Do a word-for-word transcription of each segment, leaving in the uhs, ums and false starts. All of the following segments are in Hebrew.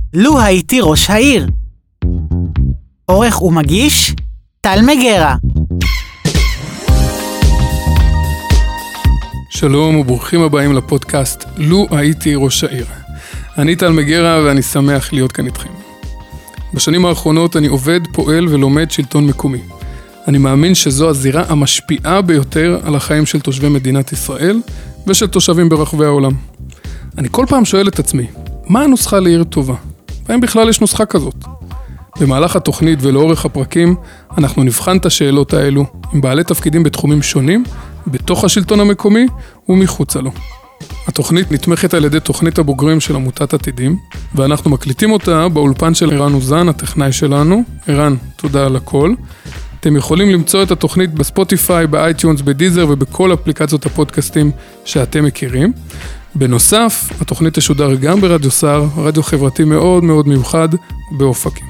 לו הייתי ראש העיר. עורך ומגיש, טל מגרה. שלום וברוכים הבאים לפודקאסט לו הייתי ראש העיר. אני טל מגרה ואני שמח להיות כאן איתכם. בשנים האחרונות אני עובד, פועל ולומד שלטון מקומי. אני מאמין שזו הזירה המשפיעה ביותר על החיים של תושבי מדינת ישראל ושל תושבים ברחבי העולם. אני כל פעם שואל את עצמי, מה הנוסחה לעיר טובה? והאם בכלל יש נוסחה כזאת? במהלך התוכנית ולאורך הפרקים אנחנו נבחן את השאלות האלו עם בעלי תפקידים בתחומים שונים, בתוך השלטון המקומי ומחוצה לו. התוכנית נתמכת על ידי תוכנית הבוגרים של עמותת עתידים, ואנחנו מקליטים אותה באולפן של ערן אוזן, הטכנאי שלנו. ערן, תודה על הכל. אתם יכולים למצוא את התוכנית בספוטיפיי, באייטיונס, בדיזר ובכל אפליקציות הפודקאסטים שאתם מכירים. בנוסף, התוכנית תשודר גם ברדיו סער, רדיו חברתי מאוד מאוד מיוחד באופקים.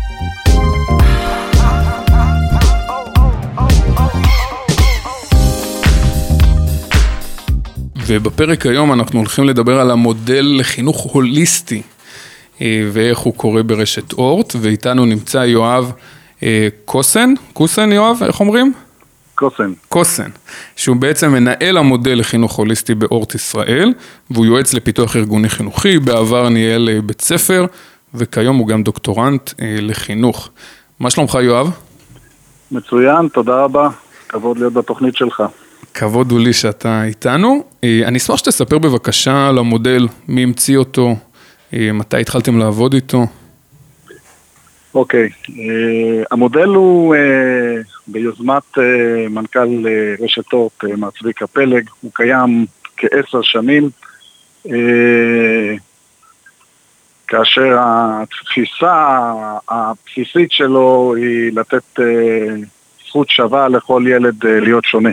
ובפרק היום אנחנו הולכים לדבר על המודל לחינוך הוליסטי, ואיך הוא קורה ברשת אורט, ואיתנו נמצא יואב קוסן, קוסן יואב, איך אומרים? קוסן. קוסן, שהוא בעצם מנהל המודל לחינוך הוליסטי באורט ישראל, והוא יועץ לפיתוח ארגוני חינוכי, בעבר ניהל בית ספר, וכיום הוא גם דוקטורנט לחינוך. מה שלומך יואב? מצוין, תודה רבה, כבוד להיות בתוכנית שלך. כבוד הוא לי שאתה איתנו. אני אשמח שתספר בבקשה על המודל, מי המציא אותו, מתי התחלתם לעבוד איתו. אוקיי, המודל הוא ביוזמת מנכ"ל רשת אורט, מר צביקה פלג, הוא קיים כעשר שנים, כאשר התפיסה הבסיסית שלו היא לתת זכות שווה לכל ילד להיות שונה.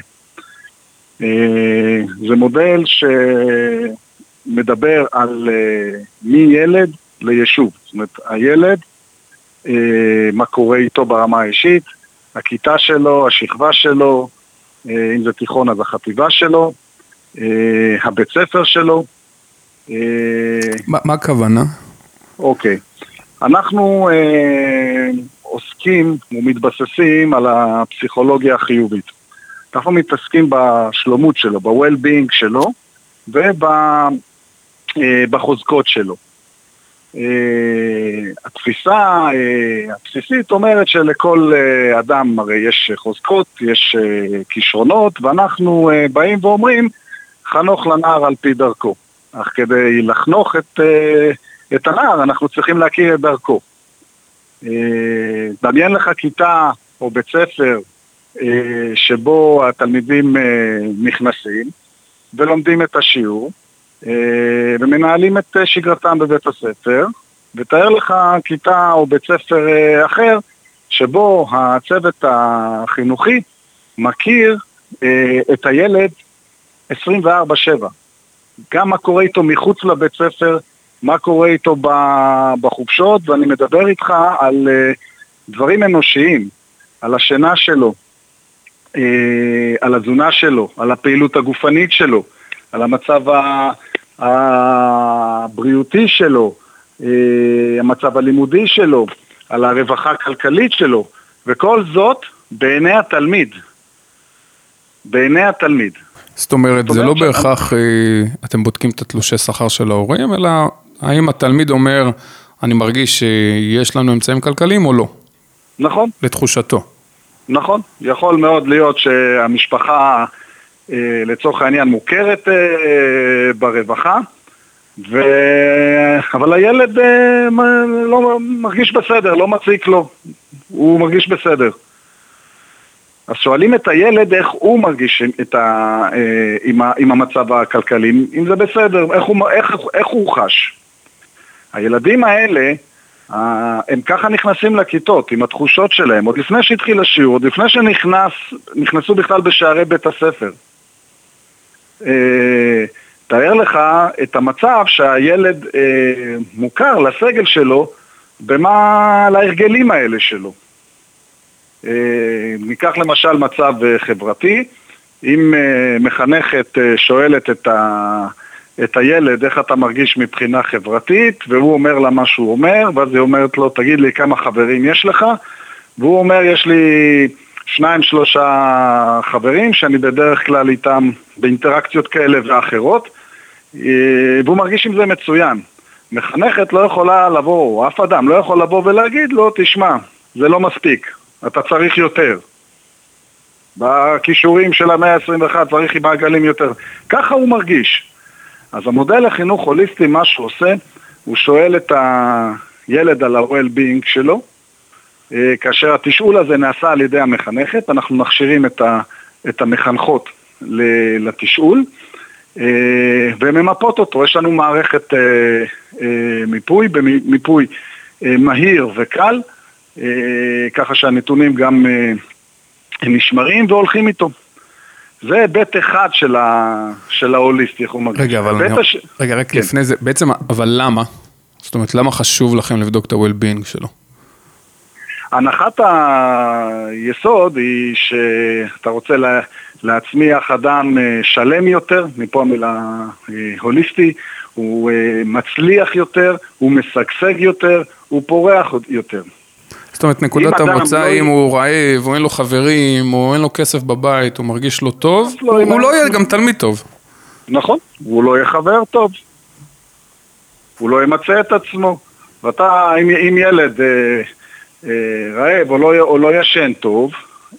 זה מודל שמדבר על מילד ליישוב, זאת אומרת, הילד, מה קורה איתו ברמה האישית, הכיתה שלו, השכבה שלו, אם זה תיכון אז החטיבה שלו, הבית ספר שלו. מה, מה הכוונה? אוקיי, אנחנו עוסקים ומתבססים על הפסיכולוגיה החיובית. אנחנו מתעסקים בשלומות שלו, ב-well-being שלו ובחוזקות שלו. התפיסה הבסיסית אומרת שלכל אדם הרי יש חוזקות, יש כישרונות, ואנחנו באים ואומרים חנוך לנער על פי דרכו. אך כדי לחנוך את, את הנער אנחנו צריכים להכיר את דרכו. דמיין לך כיתה או בית ספר שבו התלמידים נכנסים ולומדים את השיעור ומנהלים את שגרתם בבית הספר, ותאר לך כיתה או בית ספר אחר שבו הצוות החינוכי מכיר את הילד עשרים וארבע שבע. גם מה קורה איתו מחוץ לבית ספר, מה קורה איתו בחופשות, ואני מדבר איתך על דברים אנושיים, על השינה שלו, על התזונה שלו, על הפעילות הגופנית שלו, על המצב הבריאותי שלו, המצב הלימודי שלו, על הרווחה הכלכלית שלו, וכל זאת בעיני התלמיד. בעיני התלמיד. זאת אומרת, זה לא בהכרח, אתם בודקים את התלושי שכר של ההורים, אלא האם התלמיד אומר, אני מרגיש שיש לנו אמצעים כלכליים או לא? נכון. לתחושתו. נכון, יכול מאוד להיות שהמשפחה לצורך העניין מוכרת ברווחה, ו... אבל הילד לא מרגיש בסדר, לא מציק לו, הוא מרגיש בסדר. אז שואלים את הילד איך הוא מרגיש את ה... עם, ה... עם המצב הכלכלי, אם זה בסדר, איך הוא, איך... איך הוא חש. הילדים האלה, הם ככה נכנסים לכיתות עם התחושות שלהם, עוד לפני שהתחיל השיעור, עוד לפני שנכנסו בכלל בשערי בית הספר. תאר לך את המצב שהילד מוכר לסגל שלו, במה להרגלים האלה שלו. ניקח למשל מצב חברתי, אם מחנכת שואלת את את הילד, איך אתה מרגיש מבחינה חברתית, והוא אומר לה מה שהוא אומר, ואז היא אומרת לו, תגיד לי כמה חברים יש לך, והוא אומר, יש לי שניים, שלושה חברים, שאני בדרך כלל איתם באינטראקציות כאלה ואחרות, והוא מרגיש עם זה מצוין. מחנכת לא יכולה לבוא, אף אדם לא יכול לבוא ולהגיד לו, תשמע, זה לא מספיק, אתה צריך יותר. בכישורים של המאה ה-עשרים ואחת צריך עם מעגלים יותר. ככה הוא מרגיש. אז המודל לחינוך הוליסטי, מה שהוא עושה, הוא שואל את הילד על ה-well-being שלו, כאשר התשאול הזה נעשה על ידי המחנכת, אנחנו מכשירים את, ה, את המחנכות לתשאול, וממפות אותו. יש לנו מערכת מיפוי, מיפוי מהיר וקל, ככה שהנתונים גם נשמרים והולכים איתו. זה היבט אחד של, ה, של ההוליסטי, איך הוא מרגיש. רגע, אבל הש... רגע, רק כן. לפני זה, בעצם, אבל למה? זאת אומרת, למה חשוב לכם לבדוק את ה-well-being שלו? הנחת היסוד היא שאתה רוצה לה, להצמיח אדם שלם יותר, מפה המילה הוליסטי, הוא מצליח יותר, הוא משגשג יותר, הוא פורח יותר. זאת אומרת, נקודת המוצא, אם הוא רעב, או אין לו חברים, או אין לו כסף בבית, הוא מרגיש לא טוב, הוא לא יהיה גם תלמיד טוב. נכון, הוא לא יהיה חבר טוב. הוא לא ימצא את עצמו. ואתה, אם ילד רעב או לא ישן טוב,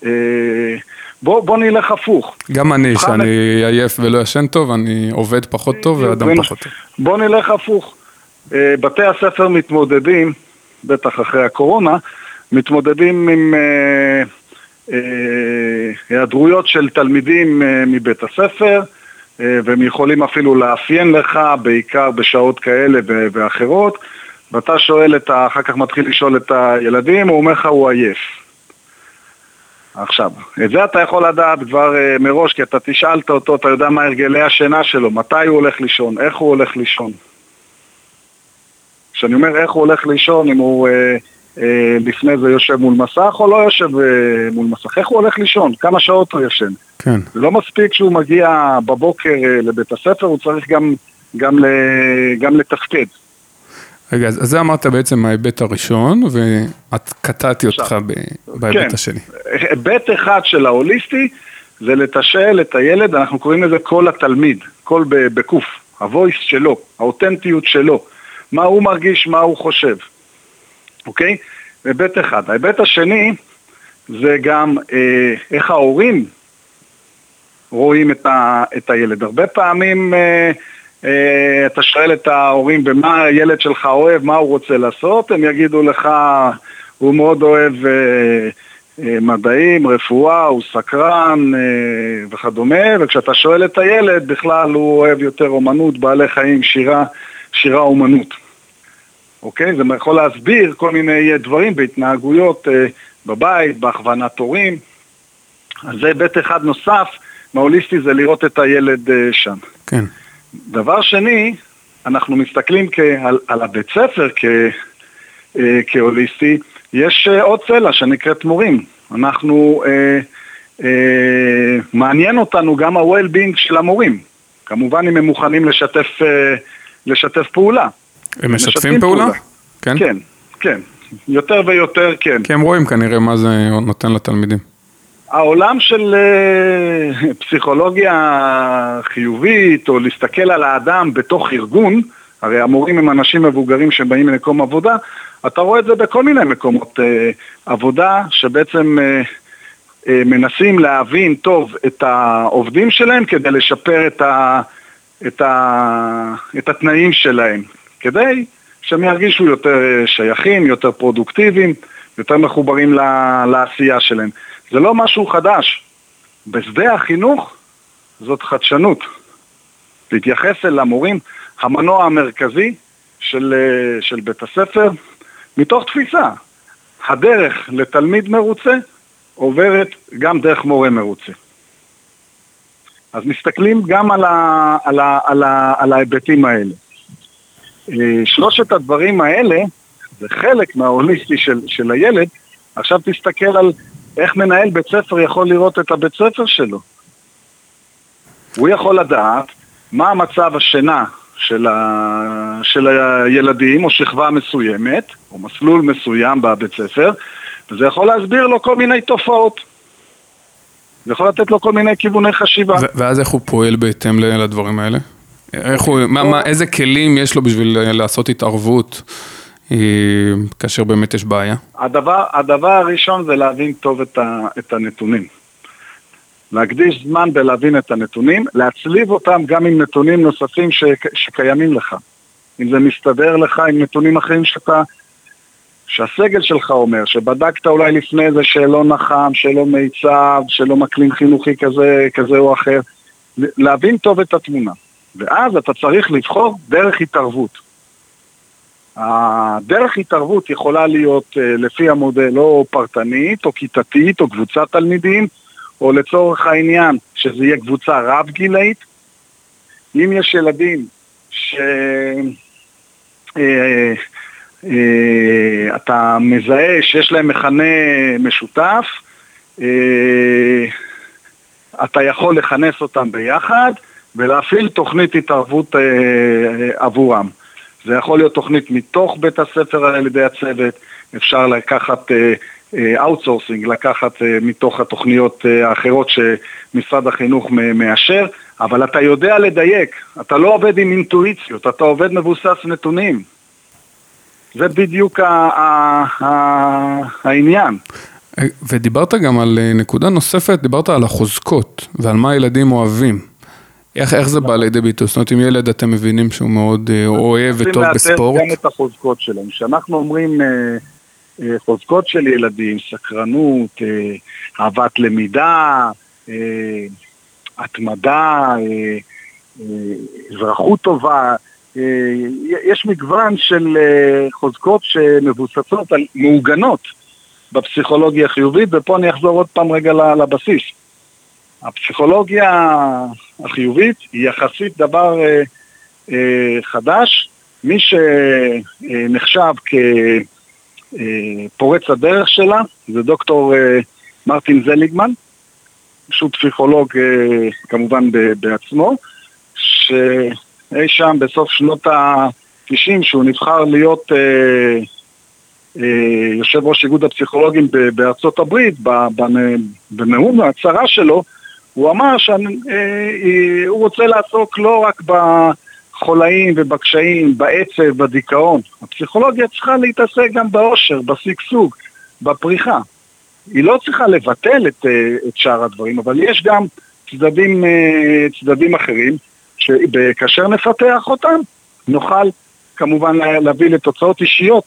בוא נלך הפוך. גם אני, שאני עייף ולא ישן טוב, אני עובד פחות טוב ואדם פחות טוב. בוא נלך הפוך. בתי הספר מתמודדים, בטח אחרי הקורונה, מתמודדים עם אה, אה, היעדרויות של תלמידים אה, מבית הספר, אה, והם יכולים אפילו לאפיין לך, בעיקר בשעות כאלה ואחרות, ואתה שואל את ה... אחר כך מתחיל לשאול את הילדים, הוא אומר לך, הוא עייף. עכשיו, את זה אתה יכול לדעת כבר אה, מראש, כי אתה תשאלת אותו, אתה יודע מה הרגלי השינה שלו, מתי הוא הולך לישון, איך הוא הולך לישון. כשאני אומר איך הוא הולך לישון, אם הוא אה, אה, לפני זה יושב מול מסך או לא יושב אה, מול מסך, איך הוא הולך לישון, כמה שעות הוא ישן. כן. זה לא מספיק שהוא מגיע בבוקר אה, לבית הספר, הוא צריך גם, גם, ל, גם לתפקד. רגע, אז זה אמרת בעצם מההיבט הראשון, ואת קטעתי אותך בהיבט כן. השני. היבט אחד של ההוליסטי, זה לתשאל את הילד, אנחנו קוראים לזה כל התלמיד, כל בקוף, הוויס שלו, האותנטיות שלו. מה הוא מרגיש, מה הוא חושב. אוקיי? היבט אחד. ההיבט השני זה גם אה, איך ההורים רואים את, ה, את הילד. הרבה פעמים אה, אה, אתה שואל את ההורים במה הילד שלך אוהב, מה הוא רוצה לעשות, הם יגידו לך, הוא מאוד אוהב אה, אה, מדעים, רפואה, הוא סקרן אה, וכדומה, וכשאתה שואל את הילד, בכלל הוא אוהב יותר אומנות, בעלי חיים, שירה, שירה אומנות. אוקיי? זה יכול להסביר כל מיני דברים בהתנהגויות אה, בבית, בהכוונת הורים. אז זה היבט אחד נוסף, מההוליסטי זה לראות את הילד אה, שם. כן. דבר שני, אנחנו מסתכלים כעל, על הבית ספר כ, אה, כהוליסטי, יש אה, עוד צלע שנקראת מורים. אנחנו, אה, אה, מעניין אותנו גם ה-well-being של המורים. כמובן אם הם מוכנים לשתף, אה, לשתף פעולה. הם משתפים פעולה? פעולה? כן? כן, כן. יותר ויותר כן. כי הם רואים כנראה מה זה נותן לתלמידים. העולם של uh, פסיכולוגיה חיובית, או להסתכל על האדם בתוך ארגון, הרי המורים הם אנשים מבוגרים שבאים למקום עבודה, אתה רואה את זה בכל מיני מקומות uh, עבודה, שבעצם uh, uh, מנסים להבין טוב את העובדים שלהם, כדי לשפר את, ה, את, ה, את התנאים שלהם. כדי שהם ירגישו יותר שייכים, יותר פרודוקטיביים, יותר מחוברים לעשייה שלהם. זה לא משהו חדש. בשדה החינוך זאת חדשנות. להתייחס אל המורים, המנוע המרכזי של, של בית הספר, מתוך תפיסה. הדרך לתלמיד מרוצה עוברת גם דרך מורה מרוצה. אז מסתכלים גם על, ה, על, ה, על, ה, על ההיבטים האלה. שלושת הדברים האלה, זה חלק מההוליסטי של, של הילד. עכשיו תסתכל על איך מנהל בית ספר יכול לראות את הבית ספר שלו. הוא יכול לדעת מה המצב השינה של, ה... של הילדים, או שכבה מסוימת, או מסלול מסוים בבית ספר, וזה יכול להסביר לו כל מיני תופעות. זה יכול לתת לו כל מיני כיווני חשיבה. ו- ואז איך הוא פועל בהתאם לדברים האלה? איך הוא, מה, מה, איזה כלים יש לו בשביל לעשות התערבות, כאשר באמת יש בעיה? הדבר, הדבר הראשון זה להבין טוב את, ה, את הנתונים. להקדיש זמן בלהבין את הנתונים, להצליב אותם גם עם נתונים נוספים ש, שקיימים לך. אם זה מסתדר לך עם נתונים אחרים שאתה, שהסגל שלך אומר, שבדקת אולי לפני איזה שאלון נחם, שאלון מיצב, שאלון מקלין חינוכי כזה, כזה או אחר, להבין טוב את התמונה. ואז אתה צריך לבחור דרך התערבות. הדרך התערבות יכולה להיות לפי המודל או פרטנית או כיתתית או קבוצת תלמידים, או לצורך העניין שזה יהיה קבוצה רב גילאית. אם יש ילדים ש... אתה מזהה שיש להם מכנה משותף, אתה יכול לכנס אותם ביחד ולהפעיל תוכנית התערבות עבורם. זה יכול להיות תוכנית מתוך בית הספר על ידי הצוות, אפשר לקחת אאוטסורסינג, לקחת מתוך התוכניות האחרות שמשרד החינוך מאשר, אבל אתה יודע לדייק, אתה לא עובד עם אינטואיציות, אתה עובד מבוסס נתונים. זה בדיוק העניין. ודיברת גם על נקודה נוספת, דיברת על החוזקות ועל מה הילדים אוהבים. איך, איך זה בא לידי ביטוי? זאת אומרת, אם ילד אתם מבינים שהוא מאוד אוהב וטוב בספורט? גם את החוזקות שלהם. כשאנחנו אומרים חוזקות של ילדים, סקרנות, אהבת למידה, התמדה, אזרחות טובה, יש מגוון של חוזקות שמבוססות על מעוגנות בפסיכולוגיה החיובית, ופה אני אחזור עוד פעם רגע לבסיס. הפסיכולוגיה החיובית היא יחסית דבר חדש. מי שנחשב כפורץ הדרך שלה זה דוקטור מרטין זליגמן, שהוא פסיכולוג כמובן בעצמו, ש... אי שם בסוף שנות ה-תשעים, שהוא נבחר להיות אה, אה, יושב ראש איגוד הפסיכולוגים בארצות הברית, בנאום ההצהרה שלו, הוא אמר שהוא רוצה לעסוק לא רק בחולאים ובקשיים, בעצב, בדיכאון. הפסיכולוגיה צריכה להתעסק גם באושר, בשגשוג, בפריחה. היא לא צריכה לבטל את, את שאר הדברים, אבל יש גם צדדים, צדדים אחרים, שכאשר נפתח אותם, נוכל כמובן להביא לתוצאות אישיות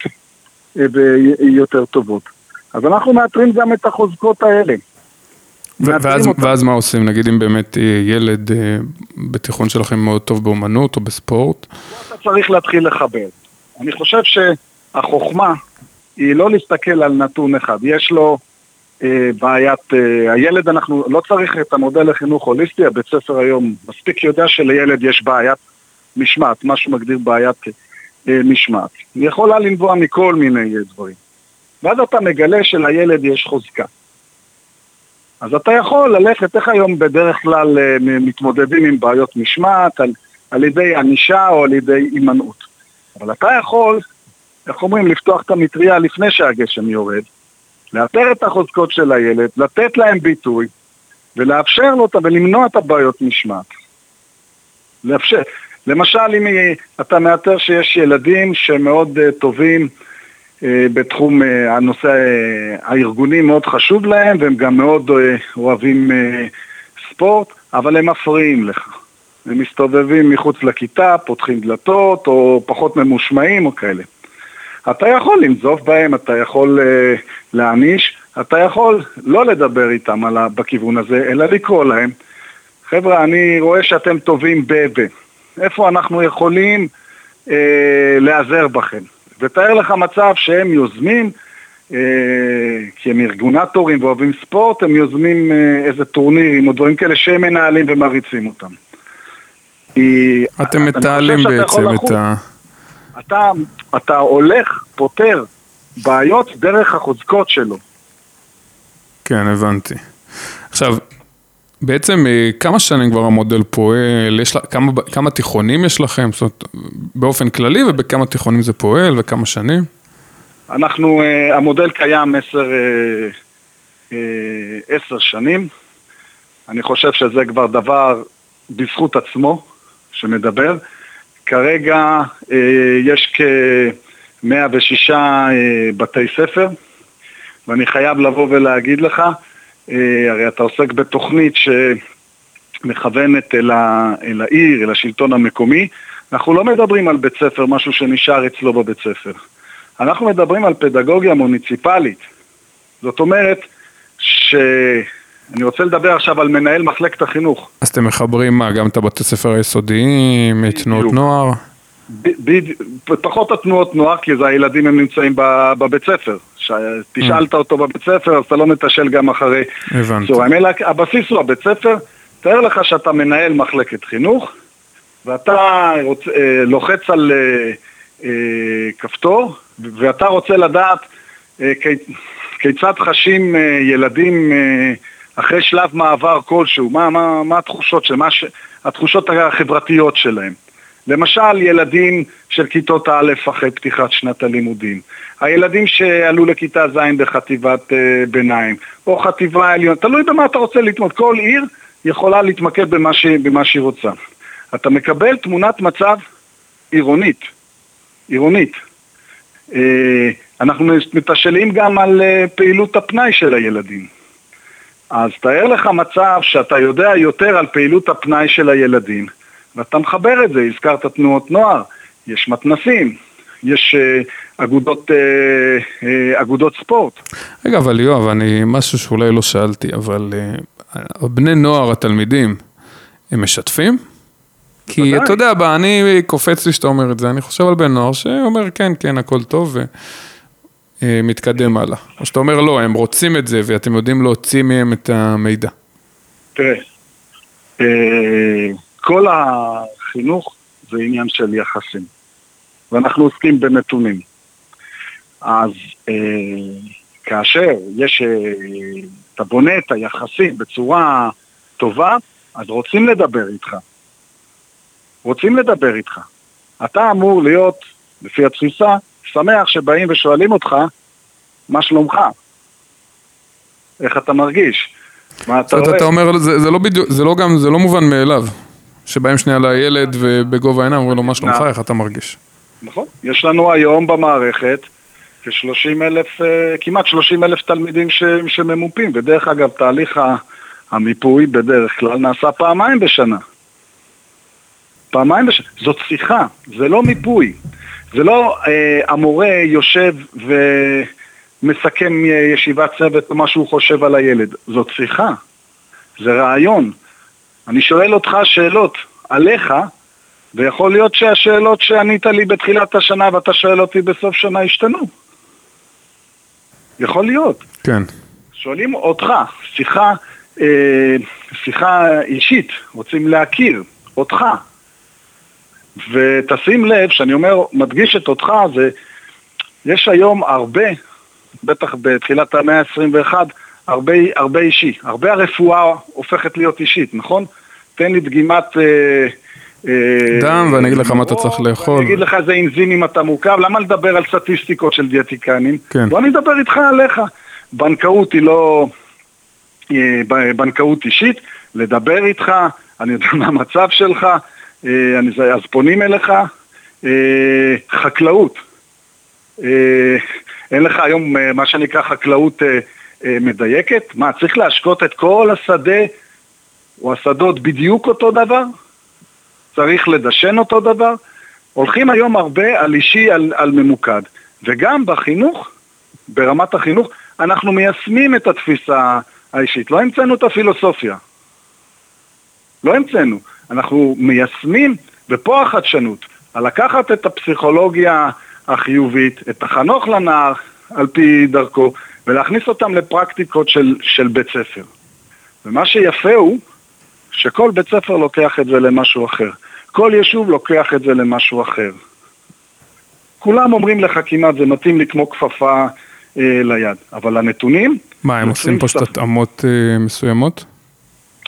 יותר טובות. אז אנחנו מאתרים גם את החוזקות האלה. ואז, ואז מה עושים? נגיד אם באמת ילד בתיכון שלכם מאוד טוב באומנות או בספורט? אתה צריך להתחיל לחבר. אני חושב שהחוכמה היא לא להסתכל על נתון אחד. יש לו בעיית, הילד, אנחנו לא צריך את המודל לחינוך הוליסטי, הבית ספר היום מספיק יודע שלילד יש בעיית משמעת, מה שמגדיר בעיית משמעת. היא יכולה לנבוע מכל מיני דברים. ואז אתה מגלה שלילד יש חוזקה. אז אתה יכול ללכת, איך היום בדרך כלל מתמודדים עם בעיות משמעת, על, על ידי ענישה או על ידי אימנעות. אבל אתה יכול, איך אומרים, לפתוח את המטריה לפני שהגשם יורד, לאתר את החוזקות של הילד, לתת להם ביטוי, ולאפשר לו אותה ולמנוע את הבעיות משמעת. לאפשר. למשל, אם אתה מאתר שיש ילדים שמאוד טובים בתחום הנושא הארגוני, מאוד חשוב להם, והם גם מאוד אוהבים ספורט, אבל הם מפריעים לך. הם מסתובבים מחוץ לכיתה, פותחים דלתות, או פחות ממושמעים או כאלה. אתה יכול לנזוף בהם, אתה יכול uh, להעניש, אתה יכול לא לדבר איתם על, בכיוון הזה, אלא לקרוא להם. חבר'ה, אני רואה שאתם טובים ב-ב. איפה אנחנו יכולים uh, לעזר בכם? ותאר לך מצב שהם יוזמים, uh, כי הם ארגונטורים ואוהבים ספורט, הם יוזמים uh, איזה טורנירים או דברים כאלה שהם מנהלים ומריצים אותם. כי, אתם מתעלים בעצם את ה... אתה, אתה הולך, פותר בעיות דרך החוזקות שלו. כן, הבנתי. עכשיו, בעצם כמה שנים כבר המודל פועל, יש לה, כמה, כמה תיכונים יש לכם, זאת אומרת, באופן כללי ובכמה תיכונים זה פועל וכמה שנים? אנחנו, המודל קיים עשר, עשר שנים, אני חושב שזה כבר דבר בזכות עצמו שמדבר, כרגע יש כ-מאה ושישה בתי ספר, ואני חייב לבוא ולהגיד לך, הרי אתה עוסק בתוכנית שמכוונת אל, ה, אל העיר, אל השלטון המקומי, אנחנו לא מדברים על בית ספר, משהו שנשאר אצלו בבית ספר. אנחנו מדברים על פדגוגיה מוניציפלית. זאת אומרת שאני רוצה לדבר עכשיו על מנהל מחלקת החינוך. אז אתם מחברים מה? גם את הבתי ספר היסודיים, את תנועות נוער? ב, ב, פחות התנועות נוער, כי זה הילדים הם נמצאים בבית ספר. תשאלת אותו בבית ספר, אז אתה לא מתשאל גם אחרי צהריים. אלא הבסיס הוא הבית ספר, תאר לך שאתה מנהל מחלקת חינוך, ואתה רוצ, לוחץ על כפתור, ואתה רוצה לדעת כיצד חשים ילדים אחרי שלב מעבר כלשהו, מה, מה, מה התחושות של, מה ש, התחושות החברתיות שלהם. למשל, ילדים של כיתות א' אחרי פתיחת שנת הלימודים, הילדים שעלו לכיתה ז' בחטיבת ביניים, או חטיבה עליון, תלוי במה אתה רוצה להתמקד, כל עיר יכולה להתמקד במה, ש, במה שהיא רוצה. אתה מקבל תמונת מצב עירונית, עירונית. אנחנו מתשאלים גם על פעילות הפנאי של הילדים. אז תאר לך מצב שאתה יודע יותר על פעילות הפנאי של הילדים, ואתה מחבר את זה, הזכרת תנועות נוער, יש מתנסים, יש uh, אגודות, uh, uh, אגודות ספורט. רגע, אבל יואב, אני משהו שאולי לא שאלתי, אבל uh, בני נוער, התלמידים, הם משתפים? כי בוודאי. אתה יודע, בא, אני קופץ לי שאתה אומר את זה, אני חושב על בן נוער שאומר כן, כן, הכל טוב ומתקדם הלאה. או שאתה אומר לא, הם רוצים את זה ואתם יודעים להוציא מהם את המידע. תראה, כל החינוך זה עניין של יחסים, ואנחנו עוסקים בנתונים. אז כאשר יש, אתה בונה את היחסים בצורה טובה, אז רוצים לדבר איתך. רוצים לדבר איתך. אתה אמור להיות, לפי התפיסה, שמח שבאים ושואלים אותך, מה שלומך? איך אתה מרגיש? מה אתה רואה? אתה אומר, זה, זה לא בדיוק, זה לא גם, זה לא מובן מאליו. שבאים שנייה לילד ובגובה העיניים, אומרים לו, מה שלומך? איך אתה מרגיש? נכון. יש לנו היום במערכת כ-שלושים אלף, כמעט שלושים אלף תלמידים ש, שממופים. ודרך אגב, תהליך המיפוי בדרך כלל נעשה פעמיים בשנה. פעמיים בשנה. זאת שיחה, זה לא מיפוי. זה לא אה, המורה יושב ומסכם ישיבת צוות או מה שהוא חושב על הילד. זאת שיחה. זה רעיון. אני שואל אותך שאלות עליך, ויכול להיות שהשאלות שענית לי בתחילת השנה ואתה שואל אותי בסוף שנה השתנו. יכול להיות. כן. שואלים אותך, שיחה, אה, שיחה אישית, רוצים להכיר אותך. ותשים לב, שאני אומר, מדגיש את אותך, זה, יש היום הרבה, בטח בתחילת המאה ה-עשרים ואחת, הרבה, הרבה אישי. הרבה הרפואה הופכת להיות אישית, נכון? תן לי דגימת דם, ואני אגיד לך מה אתה צריך לאכול. אני אגיד לך איזה אנזימים אתה מורכב, למה לדבר על סטטיסטיקות של דיאטיקנים? כן. בוא נדבר איתך עליך. בנקאות היא לא, בנקאות אישית, לדבר איתך, אני יודע מה המצב שלך, אז פונים אליך, חקלאות. אין לך היום מה שנקרא חקלאות מדייקת? מה, צריך להשקות את כל השדה או השדות בדיוק אותו דבר? צריך לדשן אותו דבר? הולכים היום הרבה על אישי, על, על ממוקד. וגם בחינוך, ברמת החינוך, אנחנו מיישמים את התפיסה האישית. לא המצאנו את הפילוסופיה. לא המצאנו. אנחנו מיישמים, ופה החדשנות, על לקחת את הפסיכולוגיה החיובית, את החנוך לנער על פי דרכו, ולהכניס אותם לפרקטיקות של, של בית ספר. ומה שיפה הוא, שכל בית ספר לוקח את זה למשהו אחר. כל יישוב לוקח את זה למשהו אחר. כולם אומרים לך כמעט, זה מתאים לי כמו כפפה אה, ליד. אבל הנתונים... מה, הם עושים פה שתי התאמות אה, מסוימות?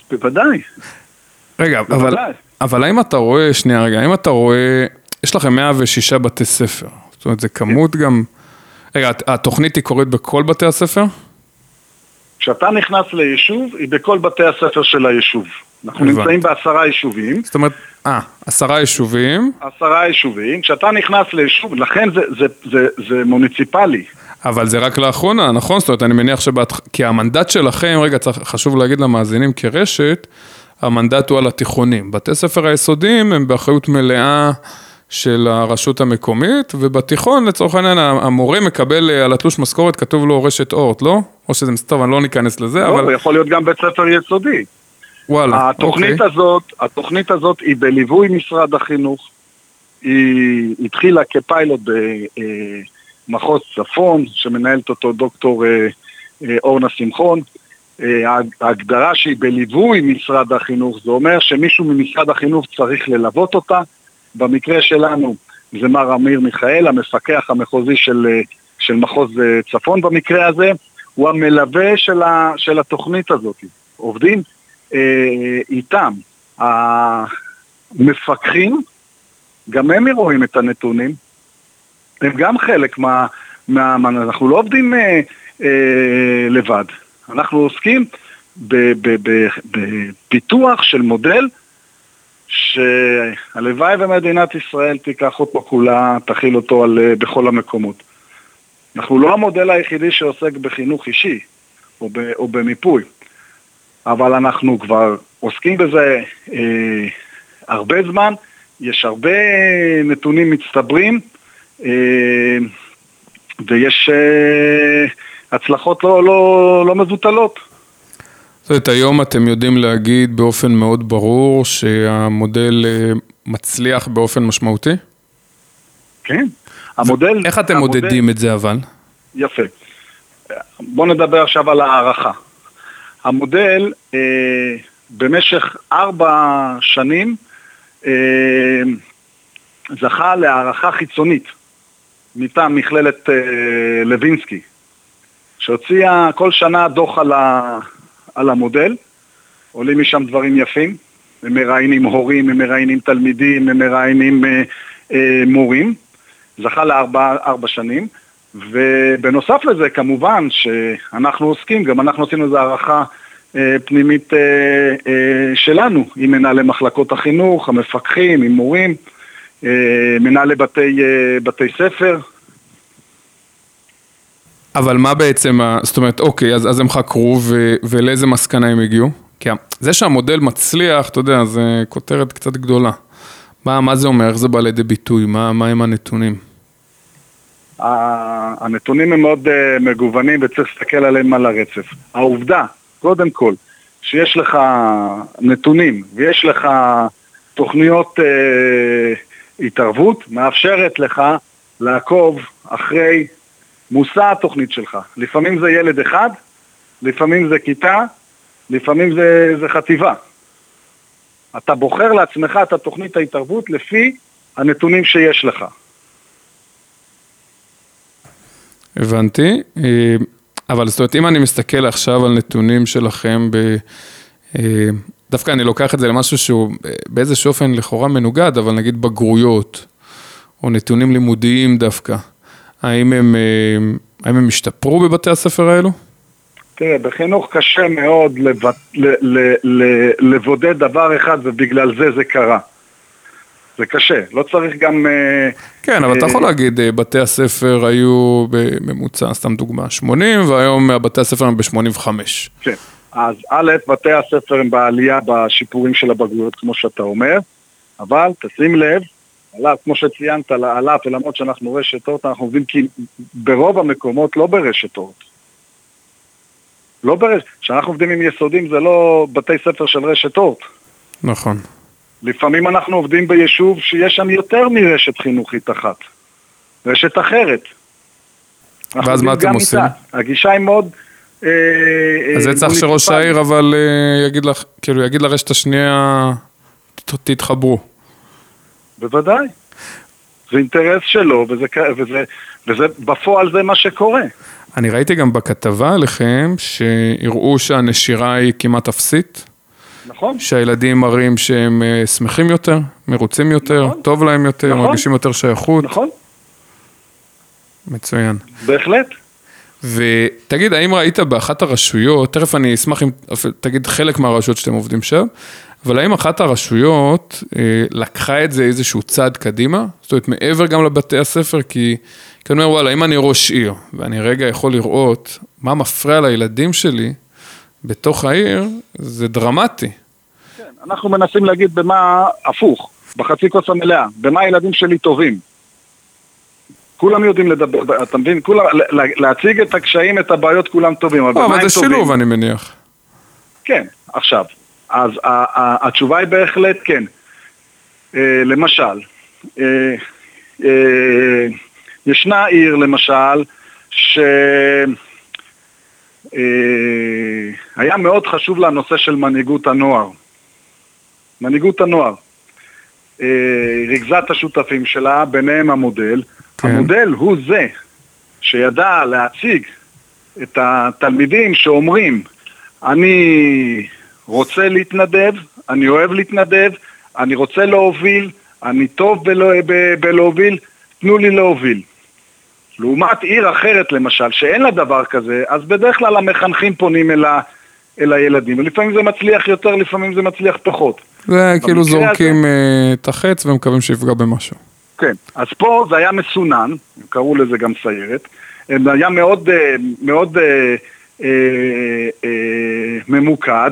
בוודאי. רגע, אבל, בוודאי. אבל האם אתה רואה, שנייה רגע, האם אתה רואה, יש לכם מאה ושישה בתי ספר, זאת אומרת, זה כמות גם, רגע, התוכנית היא קורית בכל בתי הספר? כשאתה נכנס ליישוב, היא בכל בתי הספר של היישוב. אנחנו הבנתי. נמצאים בעשרה יישובים. זאת אומרת, אה, עשרה יישובים. עשרה יישובים. כשאתה נכנס ליישוב, לכן זה, זה, זה, זה מוניציפלי. אבל זה רק לאחרונה, נכון? זאת אומרת, אני מניח שבאת, כי המנדט שלכם, רגע, צריך, חשוב להגיד למאזינים כרשת, המנדט הוא על התיכונים. בתי ספר היסודיים הם באחריות מלאה של הרשות המקומית, ובתיכון, לצורך העניין, המורה מקבל על התלוש משכורת, כתוב לו רשת אורט, לא? או שזה מסתובב, אני לא ניכנס לזה, לא, אבל... הוא יכול להיות גם בית ספר יסודי. וואלה, התוכנית אוקיי. הזאת, התוכנית הזאת היא בליווי משרד החינוך, היא התחילה כפיילוט במחוז צפון, שמנהלת אותו דוקטור אורנה שמחון. ההגדרה שהיא בליווי משרד החינוך, זה אומר שמישהו ממשרד החינוך צריך ללוות אותה. במקרה שלנו זה מר אמיר מיכאל, המפקח המחוזי של, של מחוז צפון במקרה הזה, הוא המלווה של, ה, של התוכנית הזאת. עובדים אה, איתם. המפקחים, גם הם רואים את הנתונים, הם גם חלק מה... מה אנחנו לא עובדים אה, אה, לבד. אנחנו עוסקים בפיתוח של מודל שהלוואי ומדינת ישראל תיקח אותו כולה, תכיל אותו על, בכל המקומות. אנחנו לא המודל היחידי שעוסק בחינוך אישי או, ב, או במיפוי, אבל אנחנו כבר עוסקים בזה אה, הרבה זמן, יש הרבה נתונים מצטברים, אה, ויש אה, הצלחות לא, לא, לא מבוטלות. זאת אומרת, היום אתם יודעים להגיד באופן מאוד ברור שהמודל מצליח באופן משמעותי? כן. המודל... איך אתם המודל, מודדים את זה אבל? יפה. בואו נדבר עכשיו על הערכה. המודל אה, במשך ארבע שנים אה, זכה להערכה חיצונית מטעם מכללת אה, לוינסקי, שהוציאה כל שנה דוח על ה... על המודל, עולים משם דברים יפים, הם מראיינים הורים, הם מראיינים תלמידים, הם מראיינים אה, אה, מורים, זכה לארבע ארבע שנים, ובנוסף לזה כמובן שאנחנו עוסקים, גם אנחנו עשינו איזו הערכה אה, פנימית אה, אה, שלנו, עם מנהלי מחלקות החינוך, המפקחים, עם מורים, אה, מנהלי בתי, אה, בתי ספר, אבל מה בעצם, זאת אומרת, אוקיי, אז, אז הם חקרו ו, ולאיזה מסקנה הם הגיעו? כי זה שהמודל מצליח, אתה יודע, זה כותרת קצת גדולה. מה, מה זה אומר? איך זה בא לידי ביטוי? מה, מה הם הנתונים? הנתונים הם מאוד מגוונים וצריך להסתכל עליהם על הרצף. העובדה, קודם כל, שיש לך נתונים ויש לך תוכניות אה, התערבות, מאפשרת לך לעקוב אחרי מושא התוכנית שלך. לפעמים זה ילד אחד, לפעמים זה כיתה, לפעמים זה, זה חטיבה. אתה בוחר לעצמך את התוכנית ההתערבות לפי הנתונים שיש לך. הבנתי, אבל זאת אומרת, אם אני מסתכל עכשיו על נתונים שלכם, ב... דווקא אני לוקח את זה למשהו שהוא באיזשהו אופן לכאורה מנוגד, אבל נגיד בגרויות, או נתונים לימודיים דווקא, האם הם, האם הם השתפרו בבתי הספר האלו? תראה, בחינוך קשה מאוד לב... ל... ל... ל... לבודד דבר אחד, ובגלל זה זה קרה. זה קשה, לא צריך גם... כן, אבל אתה יכול להגיד, בתי הספר היו בממוצע, סתם דוגמה, שמונים, והיום בתי הספר הם ב-שמונים וחמש. כן, אז א', בתי הספר הם בעלייה בשיפורים של הבגרויות, כמו שאתה אומר, אבל תשים לב, עליו, כמו שציינת, עליו, ולמרות שאנחנו רשת אורט, אנחנו עובדים כי ברוב המקומות לא ברשת אורט. לא ברשת, כשאנחנו עובדים עם יסודים זה לא בתי ספר של רשת אורט. נכון. לפעמים אנחנו עובדים ביישוב שיש שם יותר מרשת חינוכית אחת. רשת אחרת. ואז מה אתם עושים? איתה. הגישה היא מאוד... אז אה, זה צריך שראש העיר אבל אה, יגיד לך, כאילו יגיד לרשת השנייה, תתחברו. בוודאי. זה אינטרס שלו, וזה, וזה, וזה, בפועל זה מה שקורה. אני ראיתי גם בכתבה עליכם, שהראו שהנשירה היא כמעט אפסית, נכון. שהילדים מראים שהם uh, שמחים יותר, מרוצים יותר, נכון. טוב להם יותר, נכון. מרגישים יותר שייכות. נכון. מצוין. בהחלט. ותגיד, האם ראית באחת הרשויות, תכף אני אשמח אם תגיד חלק מהרשויות שאתם עובדים שם, אבל האם אחת הרשויות אה, לקחה את זה איזשהו צעד קדימה? זאת אומרת, מעבר גם לבתי הספר, כי אני אומר, וואלה, אם אני ראש עיר, ואני רגע יכול לראות מה מפריע לילדים שלי בתוך העיר, זה דרמטי. כן, אנחנו מנסים להגיד במה הפוך, בחצי כוס המלאה, במה הילדים שלי טובים. כולם יודעים לדבר, אתה מבין? כולם, להציג את הקשיים, את הבעיות, כולם טובים. אבל, אבל זה שילוב, אני מניח. כן, עכשיו. אז התשובה היא בהחלט כן. למשל, ישנה עיר למשל, שהיה מאוד חשוב לנושא של מנהיגות הנוער. מנהיגות הנוער. ריכזת השותפים שלה, ביניהם המודל. כן. המודל הוא זה שידע להציג את התלמידים שאומרים, אני רוצה להתנדב, אני אוהב להתנדב, אני רוצה להוביל, אני טוב בלא, ב, בלהוביל, תנו לי להוביל. לעומת עיר אחרת למשל, שאין לה דבר כזה, אז בדרך כלל המחנכים פונים אל, ה, אל הילדים, ולפעמים זה מצליח יותר, לפעמים זה מצליח פחות. זה כאילו זורקים הזה, את החץ ומקווים שיפגע במשהו. כן, אז פה זה היה מסונן, קראו לזה גם סיירת, זה היה מאוד, מאוד אה, אה, אה, ממוקד,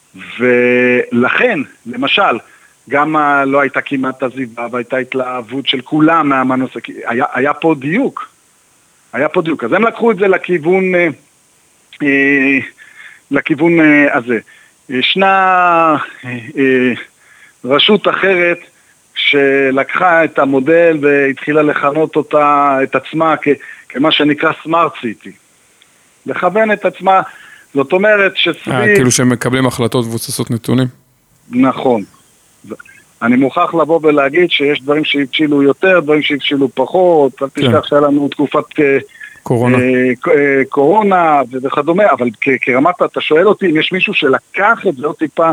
ולכן, למשל, גם לא הייתה כמעט עזיבה, והייתה התלהבות של כולם מהמנוס, היה, היה פה דיוק, היה פה דיוק, אז הם לקחו את זה לכיוון, אה, אה, לכיוון אה, הזה. ישנה אה, אה, רשות אחרת, שלקחה את המודל והתחילה לכנות אותה, את עצמה, כ, כמה שנקרא סמארט סיטי. לכוון את עצמה, זאת אומרת שסביב... אה, כאילו שהם מקבלים החלטות ובוססות נתונים. נכון. אני מוכרח לבוא ולהגיד שיש דברים שהבשילו יותר, דברים שהבשילו פחות, אל תשכח שהיה לנו תקופת קורונה, קורונה וכדומה, אבל כרמת אתה שואל אותי אם יש מישהו שלקח את זה עוד טיפה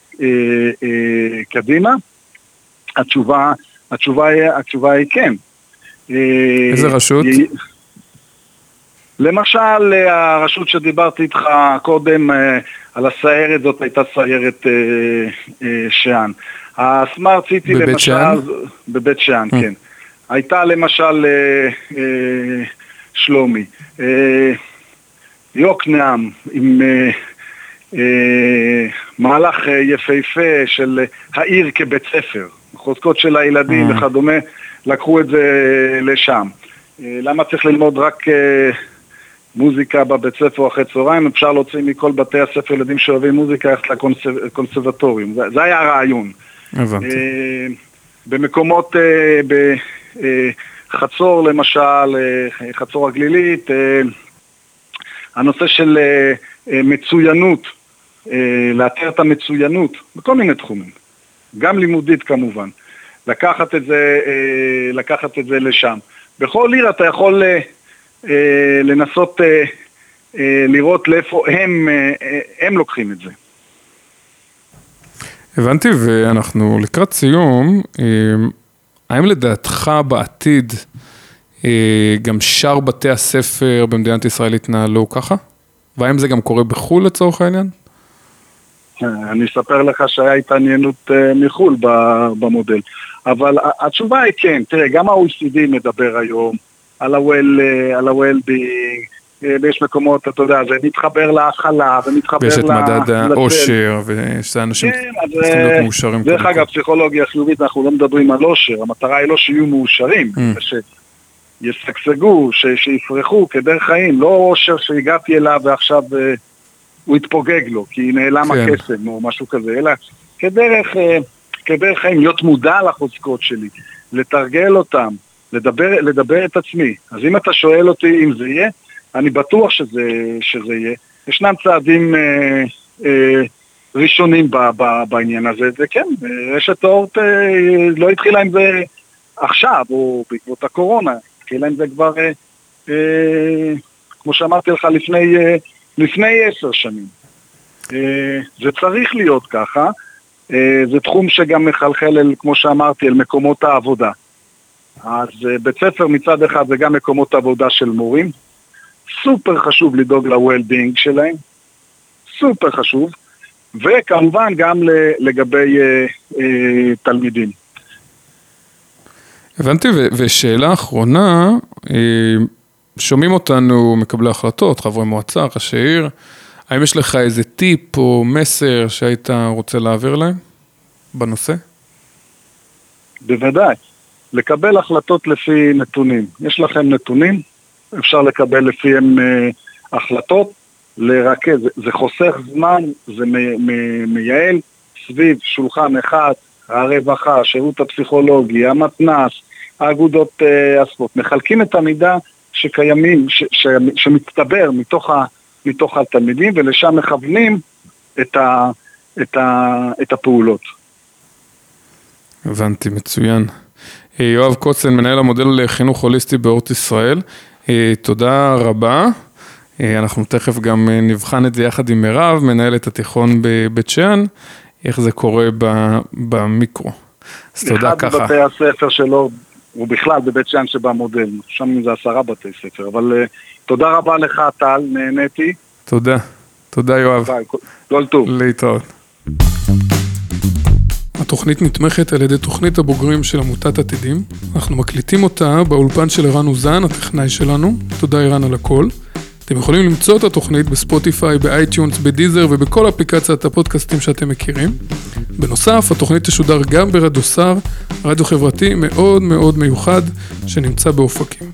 קדימה, התשובה, התשובה היא, התשובה היא כן. איזה רשות? למשל, הרשות שדיברתי איתך קודם על הסיירת, זאת הייתה סיירת שען. הסמארט סיטי למשל... בבית שען, כן. הייתה למשל שלומי. יוקנעם עם מהלך יפהפה של העיר כבית ספר. חוזקות של הילדים וכדומה, לקחו את זה לשם. למה צריך ללמוד רק מוזיקה בבית ספר אחרי צהריים? אפשר להוציא מכל בתי הספר ילדים שאוהבים מוזיקה, ללכת לקונסרבטוריום. זה היה הרעיון. הבנתי. במקומות, בחצור למשל, חצור הגלילית, הנושא של מצוינות, לאתר את המצוינות, בכל מיני תחומים. גם לימודית כמובן. לקחת את זה, לקחת את זה לשם. בכל עיר אתה יכול לנסות לראות לאיפה הם, הם לוקחים את זה. הבנתי, ואנחנו לקראת סיום, האם לדעתך בעתיד גם שאר בתי הספר במדינת ישראל התנהלו ככה? והאם זה גם קורה בחו"ל לצורך העניין? אני אספר לך שהיה התעניינות מחו"ל במודל, אבל התשובה היא כן, תראה, גם ה-או אי סי די מדבר היום על ה-well-being, ויש מקומות, אתה יודע, זה מתחבר להכלה, ומתחבר... ויש את מדד האושר, ויש אנשים צריכים להיות מאושרים. דרך אגב, פסיכולוגיה חיובית, אנחנו לא מדברים על אושר, המטרה היא לא שיהיו מאושרים, שישגשגו, שיפרחו כדרך חיים, לא אושר שהגעתי אליו ועכשיו הוא התפוגג לו, כי נעלם הקסם או משהו כזה, אלא כדרך, כדרך חיים, להיות מודע לחוזקות שלי, לתרגל אותם, לדבר, לדבר את עצמי. אז אם אתה שואל אותי אם זה יהיה, אני בטוח שזה, שזה יהיה. ישנם צעדים אה, אה, ראשונים ב, ב, בעניין הזה, וכן, רשת אורט אה, לא התחילה עם זה עכשיו, או בעקבות הקורונה, התחילה עם זה כבר, אה, אה, כמו שאמרתי לך, לפני, אה, לפני עשר שנים. זה צריך להיות ככה, זה תחום שגם מחלחל, אל, כמו שאמרתי, אל מקומות העבודה. אז בית ספר מצד אחד זה גם מקומות עבודה של מורים, סופר חשוב לדאוג ל-well-being שלהם, סופר חשוב, וכמובן גם לגבי אה, אה, תלמידים. הבנתי, ו- ושאלה אחרונה, אה, שומעים אותנו מקבלי החלטות, חברי מועצה, ראשי עיר, האם יש לך איזה טיפ או מסר שהיית רוצה להעביר להם בנושא? בוודאי, לקבל החלטות לפי נתונים. יש לכם נתונים, אפשר לקבל לפיהם אה, החלטות, לרכז, זה חוסך זמן, זה מ- מ- מייעל סביב שולחן אחד, הרווחה, השירות הפסיכולוגי, המתנ"ס, האגודות אה, הספורט, מחלקים את המידע שקיימים, ש- ש- שמצטבר מתוך, ה- מתוך התלמידים, ולשם מכוונים את, ה- את, ה- את הפעולות. הבנתי, מצוין. יואב קוצן, מנהל המודל לחינוך הוליסטי באורט ישראל, תודה רבה. אנחנו תכף גם נבחן את זה יחד עם מירב, מנהלת התיכון בבית שאן, איך זה קורה במיקרו. אז תודה ככה. אחד בבתי הספר שלו, הוא בכלל בבית שאן שבמודל, שם זה עשרה בתי ספר, אבל תודה רבה לך טל, נהניתי. תודה, תודה יואב. ביי, כל טוב. להתראות. התוכנית נתמכת על ידי תוכנית הבוגרים של עמותת עתידים. אנחנו מקליטים אותה באולפן של ערן אוזן, הטכנאי שלנו. תודה ערן על הכל. אתם יכולים למצוא את התוכנית בספוטיפיי, באייטיונס, בדיזר ובכל אפליקציית הפודקאסטים שאתם מכירים. בנוסף, התוכנית תשודר גם ברדיו סער, רדיו חברתי מאוד מאוד מיוחד שנמצא באופקים.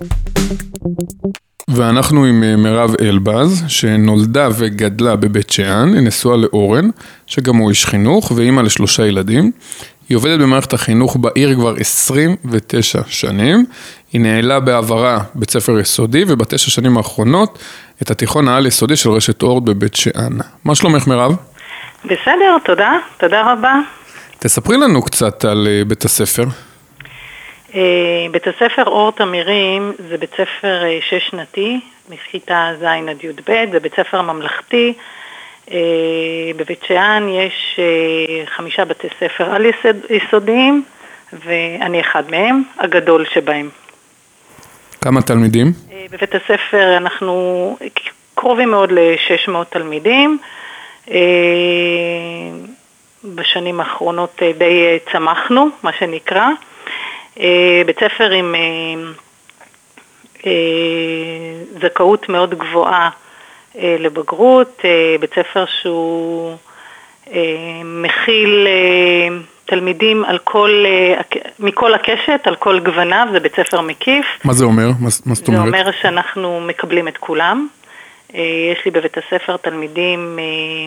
ואנחנו עם מירב אלבז, שנולדה וגדלה בבית שאן, היא נשואה לאורן, שגם הוא איש חינוך, ואימא לשלושה ילדים. היא עובדת במערכת החינוך בעיר כבר עשרים ותשע שנים. היא נעלה בעברה בית ספר יסודי, ובתשע שנים האחרונות, את התיכון העל יסודי של רשת אורט בבית שאן. מה שלומך מירב? בסדר, תודה, תודה רבה. תספרי לנו קצת על בית הספר. בית הספר אורט אמירים זה בית ספר שש שנתי, מכיתה ז' עד י"ב, זה בית ספר ממלכתי. בבית שאן יש חמישה בתי ספר על יסודיים, ואני אחד מהם, הגדול שבהם. כמה תלמידים? בבית הספר אנחנו קרובים מאוד ל-שש מאות תלמידים. בשנים האחרונות די צמחנו, מה שנקרא. בית ספר עם זכאות מאוד גבוהה לבגרות, בית ספר שהוא מכיל תלמידים על כל, מכל הקשת, על כל גווניו, זה בית ספר מקיף. מה זה אומר? מה, מה זאת אומרת? זה אומר שאנחנו מקבלים את כולם. יש לי בבית הספר תלמידים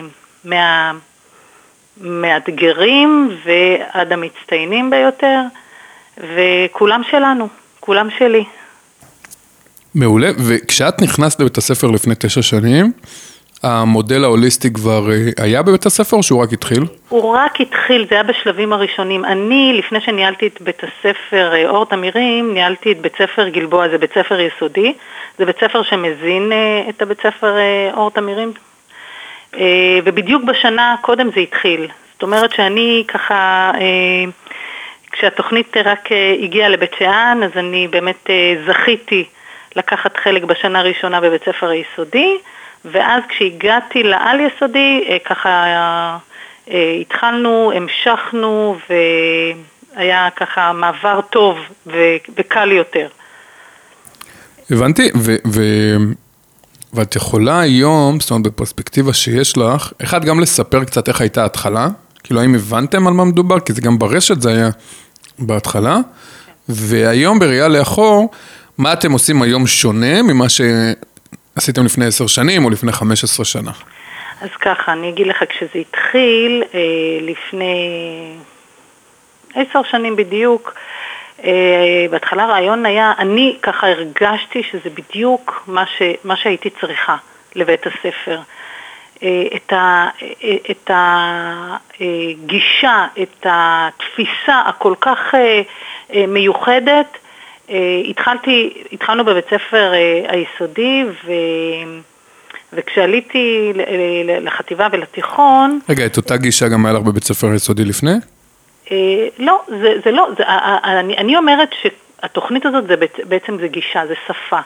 מהמאתגרים ועד המצטיינים ביותר, וכולם שלנו, כולם שלי. מעולה, וכשאת נכנסת לבית הספר לפני תשע שנים, המודל ההוליסטי כבר היה בבית הספר או שהוא רק התחיל? הוא רק התחיל, זה היה בשלבים הראשונים. אני, לפני שניהלתי את בית הספר אורט אמירים, ניהלתי את בית ספר גלבוע, זה בית ספר יסודי, זה בית ספר שמזין את הבית ספר אורט אמירים, ובדיוק בשנה קודם זה התחיל. זאת אומרת שאני ככה, כשהתוכנית רק הגיעה לבית שאן, אז אני באמת זכיתי לקחת חלק בשנה הראשונה בבית ספר היסודי, ואז כשהגעתי לעל יסודי, ככה התחלנו, המשכנו, והיה ככה מעבר טוב וקל יותר. הבנתי, ו... ו... ואת יכולה היום, זאת אומרת בפרספקטיבה שיש לך, אחד גם לספר קצת איך הייתה ההתחלה, כאילו האם הבנתם על מה מדובר, כי זה גם ברשת זה היה בהתחלה, והיום בראייה לאחור, מה אתם עושים היום שונה ממה שעשיתם לפני עשר שנים או לפני חמש עשרה שנה? אז ככה, אני אגיד לך, כשזה התחיל אה, לפני עשר שנים בדיוק, אה, בהתחלה הרעיון היה, אני ככה הרגשתי שזה בדיוק מה, ש, מה שהייתי צריכה לבית הספר. אה, את, ה, אה, את הגישה, את התפיסה הכל כך אה, אה, מיוחדת, התחלתי, התחלנו בבית ספר היסודי, וכשעליתי לחטיבה ולתיכון... רגע, את אותה גישה גם היה לך בבית ספר יסודי לפני? לא, זה, זה לא, זה, אני, אני אומרת שהתוכנית הזאת זה בעצם זה גישה, זה שפה.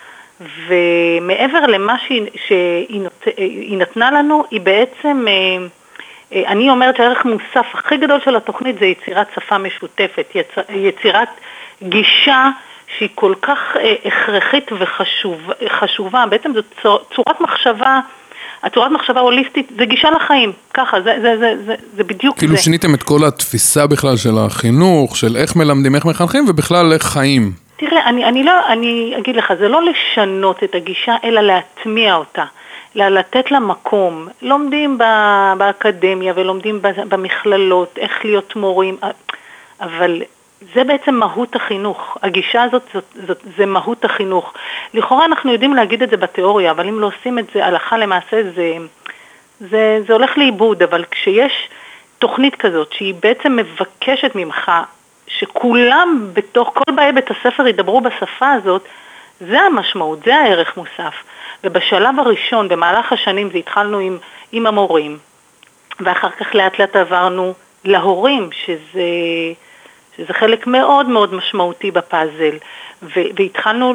ומעבר למה שהיא, שהיא נות, היא נתנה לנו, היא בעצם, אני אומרת שהערך מוסף הכי גדול של התוכנית זה יצירת שפה משותפת, יצירת גישה שהיא כל כך הכרחית וחשובה, בעצם זו צורת מחשבה, הצורת מחשבה הוליסטית, זה גישה לחיים, ככה, זה, זה, זה, זה, זה בדיוק כאילו זה. כאילו שיניתם את כל התפיסה בכלל של החינוך, של איך מלמדים, איך מחנכים, ובכלל איך חיים. תראה, אני, אני לא, אני אגיד לך, זה לא לשנות את הגישה, אלא להטמיע אותה, לתת לה מקום. לומדים באקדמיה ולומדים במכללות, איך להיות מורים, אבל זה בעצם מהות החינוך. הגישה הזאת, זאת, זאת, זה מהות החינוך. לכאורה אנחנו יודעים להגיד את זה בתיאוריה, אבל אם לא עושים את זה הלכה למעשה, זה, זה, זה הולך לאיבוד. אבל כשיש תוכנית כזאת, שהיא בעצם מבקשת ממך, שכולם בתוך, כל באי בית הספר ידברו בשפה הזאת, זה המשמעות, זה הערך מוסף. ובשלב הראשון, במהלך השנים, זה התחלנו עם, עם המורים, ואחר כך לאט לאט עברנו להורים, שזה... שזה חלק מאוד מאוד משמעותי בפאזל, והתחלנו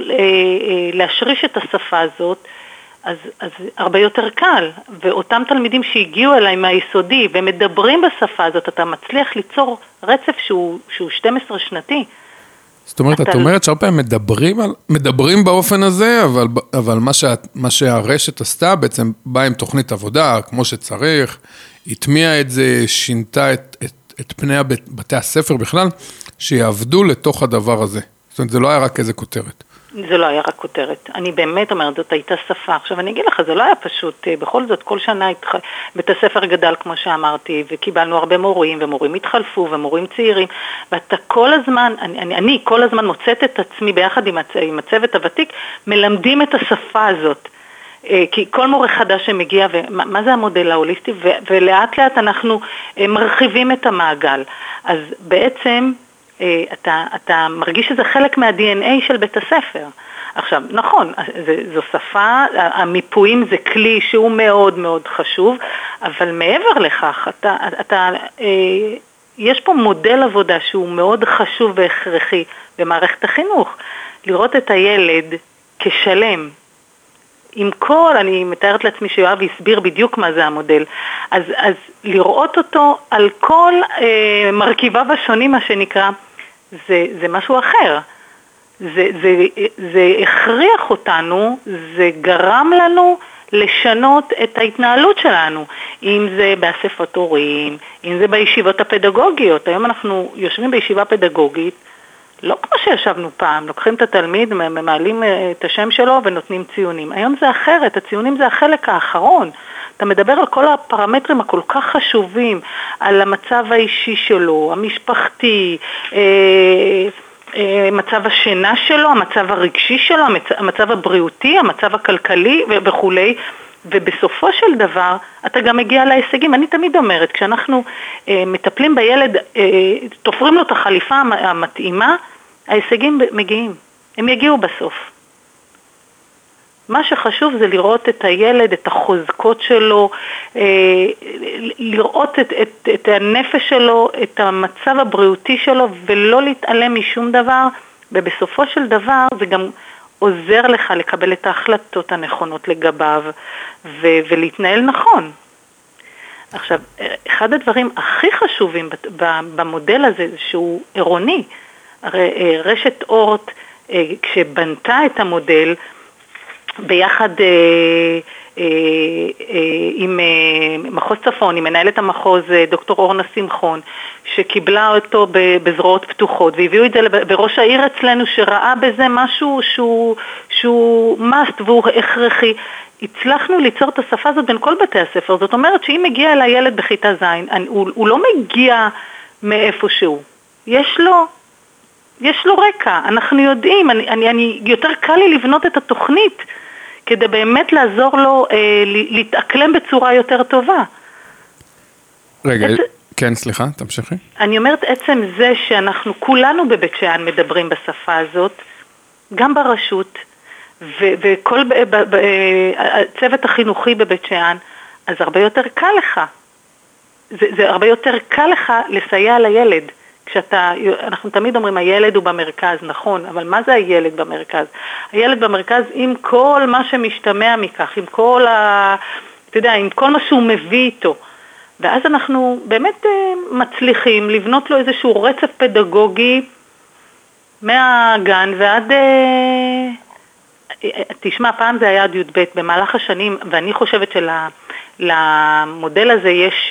להשריש את השפה הזאת, אז, אז הרבה יותר קל, ואותם תלמידים שהגיעו אליי מהיסודי ומדברים בשפה הזאת, אתה מצליח ליצור רצף שהוא, שהוא שתים עשרה שנתי. זאת אומרת, את אומרת שהרבה פעמים מדברים, על, מדברים באופן הזה, אבל, אבל מה, שה, מה שהרשת עשתה בעצם בא עם תוכנית עבודה, כמו שצריך, התמיע את זה, שינתה את, את את פני בתי הספר בכלל, שיעבדו לתוך הדבר הזה. זאת אומרת, זה לא היה רק איזה כותרת. זה לא היה רק כותרת. אני באמת אומרת, זאת הייתה שפה. עכשיו, אני אגיד לך, זה לא היה פשוט. בכל זאת, כל שנה התח... בית הספר גדל, כמו שאמרתי, וקיבלנו הרבה מורים, ומורים התחלפו, ומורים צעירים, ואתה כל הזמן, אני, אני, אני כל הזמן מוצאת את עצמי, ביחד עם, הצ... עם הצוות הוותיק, מלמדים את השפה הזאת. כי כל מורה חדש שמגיע, ומה זה המודל ההוליסטי, ולאט לאט אנחנו מרחיבים את המעגל. אז בעצם אתה, אתה מרגיש שזה חלק מה-די אן איי של בית הספר. עכשיו, נכון, זו שפה, המיפויים זה כלי שהוא מאוד מאוד חשוב, אבל מעבר לכך, אתה, אתה, יש פה מודל עבודה שהוא מאוד חשוב והכרחי במערכת החינוך. לראות את הילד כשלם, עם כל, אני מתארת לעצמי שיואב הסביר בדיוק מה זה המודל, אז, אז לראות אותו על כל אה, מרכיביו השונים, מה שנקרא, זה, זה משהו אחר. זה, זה, זה הכריח אותנו, זה גרם לנו לשנות את ההתנהלות שלנו, אם זה באספות הורים, אם זה בישיבות הפדגוגיות. היום אנחנו יושבים בישיבה פדגוגית, לא כמו שישבנו פעם, לוקחים את התלמיד, מעלים את השם שלו ונותנים ציונים. היום זה אחרת, הציונים זה החלק האחרון. אתה מדבר על כל הפרמטרים הכל כך חשובים, על המצב האישי שלו, המשפחתי, מצב השינה שלו, המצב הרגשי שלו, המצב הבריאותי, המצב הכלכלי וכו'. ובסופו של דבר, אתה גם מגיע להישגים. אני תמיד אומרת, כשאנחנו אה, מטפלים בילד, אה, תופרים לו את החליפה המתאימה, ההישגים מגיעים. הם יגיעו בסוף. מה שחשוב זה לראות את הילד, את החוזקות שלו, אה, לראות את, את, את הנפש שלו, את המצב הבריאותי שלו, ולא להתעלם משום דבר, ובסופו של דבר זה גם עוזר לך לקבל את ההחלטות הנכונות לגביו ו- ולהתנהל נכון. עכשיו, אחד הדברים הכי חשובים במודל הזה שהוא עירוני. הרי רשת אורט, כשבנתה את המודל ביחד עם מחוז צפון, עם מנהלת המחוז דוקטור אורנה שמחון, שקיבלה אותו בזרועות פתוחות, והביאו את זה בראש העיר אצלנו, שראה בזה משהו שהוא, שהוא must והוא הכרחי. הצלחנו ליצור את השפה הזאת בין כל בתי הספר. זאת אומרת שאם מגיע אל הילד בכיתה זין, הוא, הוא לא מגיע מאיפה שהוא. יש לו, יש לו רקע. אנחנו יודעים, אני, אני, אני, יותר קל לי לבנות את התוכנית, כדי באמת לעזור לו אה, להתאקלם בצורה יותר טובה. רגע, את... כן, סליחה, תמשיכי. אני אומרת, עצם זה שאנחנו כולנו בבית שאן מדברים בשפה הזאת, גם ברשות, ו- וכל ב- ב- ב- הצוות החינוכי בבית שאן, אז הרבה יותר קל לך. זה, זה הרבה יותר קל לך לסייע לילד. כשאתה, אנחנו תמיד אומרים, הילד הוא במרכז, נכון, אבל מה זה הילד במרכז? הילד במרכז עם כל מה שמשתמע מכך, עם כל ה... אתה יודע, עם כל מה שהוא מביא איתו. ואז אנחנו באמת מצליחים לבנות לו איזשהו רצף פדגוגי מהגן ועד... תשמע, פעם זה היה עד י"ב, במהלך השנים, ואני חושבת שלמודל הזה יש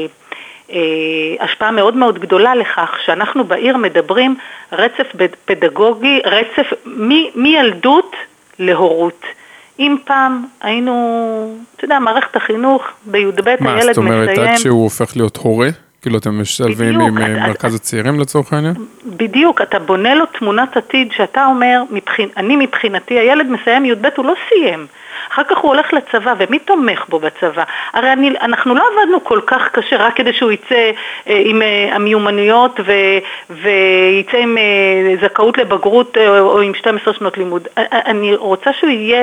השפעה מאוד מאוד גדולה לכך שאנחנו בעיר מדברים רצף פדגוגי, רצף מילדות להורות. אם פעם היינו, אתה יודע, מערכת החינוך בי"ב, הילד מסיים... מה, זאת אומרת, עד שהוא הופך להיות הורה? כאילו אתם משלבים עם מרכז הצעירים לצורך העניין? בדיוק, אתה בונה לו תמונת עתיד שאתה אומר, אני מבחינתי, הילד מסיים י"ב, הוא לא סיים. אחר כך הוא הולך לצבא, ומי תומך בו בצבא? הרי אני, אנחנו לא עבדנו כל כך קשה, רק כדי שהוא יצא אה, עם אה, המיומנויות ו, ויצא עם אה, זכאות לבגרות אה, או עם שתים עשרה שנות לימוד. אני רוצה שהוא יהיה...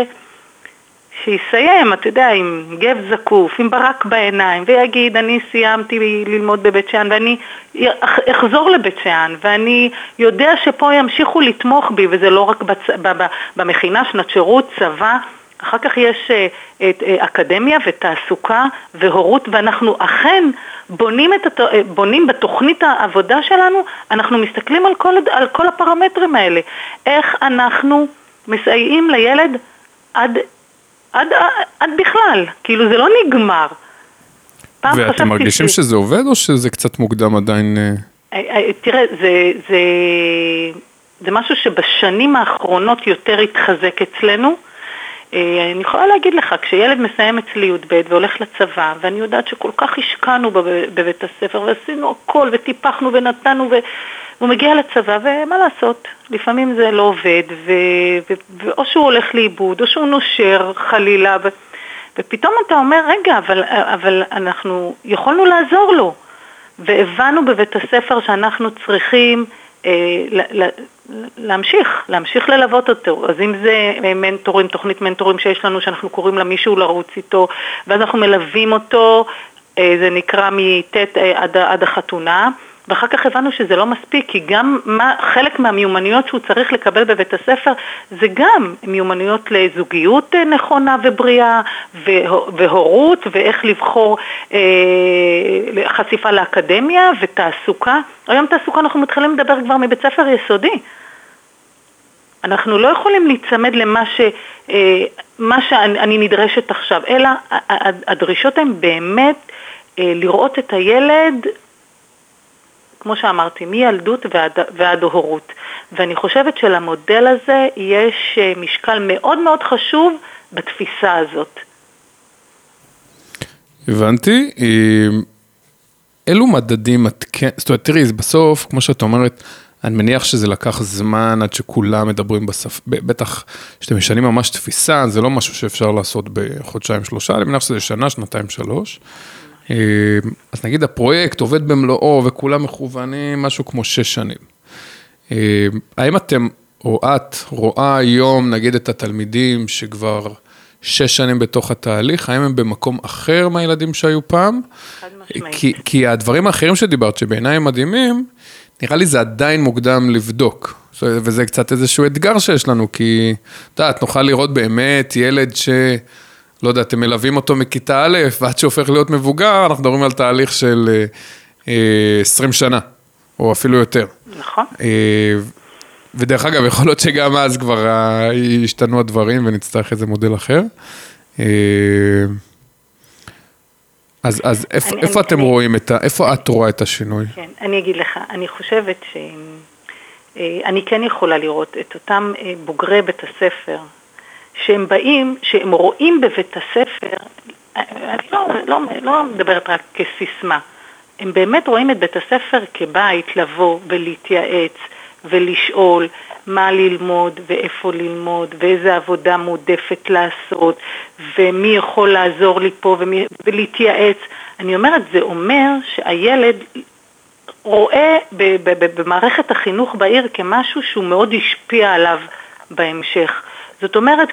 שיסיים, אתה יודע, עם גב זקוף, עם ברק בעיניים, ויגיד, אני סיימתי ללמוד בבית שאן, ואני אחזור לבית שאן, ואני יודע שפה ימשיכו לתמוך בי, וזה לא רק בצ... במכינה, שנת שירות, צבא, אחר כך יש את אקדמיה ותעסוקה והורות, ואנחנו אכן בונים, את... בונים בתוכנית העבודה שלנו, אנחנו מסתכלים על כל, על כל הפרמטרים האלה, איך אנחנו מסייעים לילד עד... עד, עד בכלל, כאילו זה לא נגמר. ואתם מרגישים ש... שזה עובד או שזה קצת מוקדם עדיין? תראה, זה, זה, זה משהו שבשנים האחרונות יותר התחזק אצלנו. אני יכולה להגיד לך, כשילד מסיים אצלי י"ב והולך לצבא, ואני יודעת שכל כך השקענו בבית הספר, ועשינו הכל וטיפחנו ונתנו, והוא מגיע לצבא, ומה לעשות? לפעמים זה לא עובד, ו... ו... ואו שהוא הולך לאיבוד, או שהוא נושר חלילה, ו... ופתאום אתה אומר, רגע, אבל, אבל אנחנו יכולנו לעזור לו, והבנו בבית הספר שאנחנו צריכים אה, ל... ל... להמשיך, להמשיך ללוות אותו. אז אם זה מנטורים, תוכנית מנטורים שיש לנו, שאנחנו קוראים לה מישהו לרוץ איתו, ואז אנחנו מלווים אותו, אה, זה נקרא מתת עד, עד החתונה, ואחר כך הבנו שזה לא מספיק, כי גם מה, חלק מהמיומנויות שהוא צריך לקבל בבית הספר, זה גם מיומנויות לזוגיות נכונה ובריאה, והורות, ואיך לבחור אה, חשיפה לאקדמיה ותעסוקה. היום תעסוקה אנחנו מתחילים לדבר כבר מבית ספר יסודי. אנחנו לא יכולים להצמד למה ש, אה, מה שאני נדרשת עכשיו, אלא הדרישות הן באמת אה, לראות את הילד, כמו שאמרתי, מילדות ועד, ועד הורות. ואני חושבת שלמודל הזה יש משקל מאוד מאוד חשוב בתפיסה הזאת. הבנתי. אילו מדדים את כן, זאת אומרת, תראי, בסוף, כמו שאת אומרת, אני מניח שזה לקח זמן עד שכולם מדברים בשפה, בטח שאתם משנים ממש תפיסה, זה לא משהו שאפשר לעשות בחודשיים שלושה, אני מניח שזה שנה, שנתיים, שלוש. אז נגיד הפרויקט עובד במלואו וכולם מכוונים משהו כמו שש שנים. האם אתם או את רואה היום נגיד את התלמידים שכבר שש שנים בתוך התהליך, האם הם במקום אחר מהילדים שהיו פעם? כי, כי הדברים האחרים שדיברת שבעיניי הם מדהימים, נראה לי זה עדיין מוקדם לבדוק. וזה קצת איזשהו אתגר שיש לנו, כי אתה יודעת, נוכל לראות באמת ילד ש... לא יודע, אתם מלווים אותו מכיתה א', ועד שהופך להיות מבוגר, אנחנו מדברים על תהליך של עשרים שנה, או אפילו יותר. נכון. ודרך אגב, יכול להיות שגם אז כבר השתנו הדברים, ונצטרך איזה מודל אחר. אז, אז איפה, אני, איפה אני, אתם אני, רואים את ה... איפה את רואה את השינוי? כן, אני אגיד לך, אני חושבת ש... אני כן יכולה לראות את אותם בוגרי בית הספר, שהם באים, שהם רואים בבית הספר, אני לא, לא, לא מדברת רק כסיסמה, הם באמת רואים את בית הספר כבית לבוא ולהתייעץ ולשאול מה ללמוד ואיפה ללמוד ואיזה עבודה מועדפת לעשות ומי יכול לעזור לי פה ומי, ולהתייעץ. אני אומרת, זה אומר שהילד רואה במערכת החינוך בעיר כמשהו שהוא מאוד השפיע עליו בהמשך. זאת אומרת,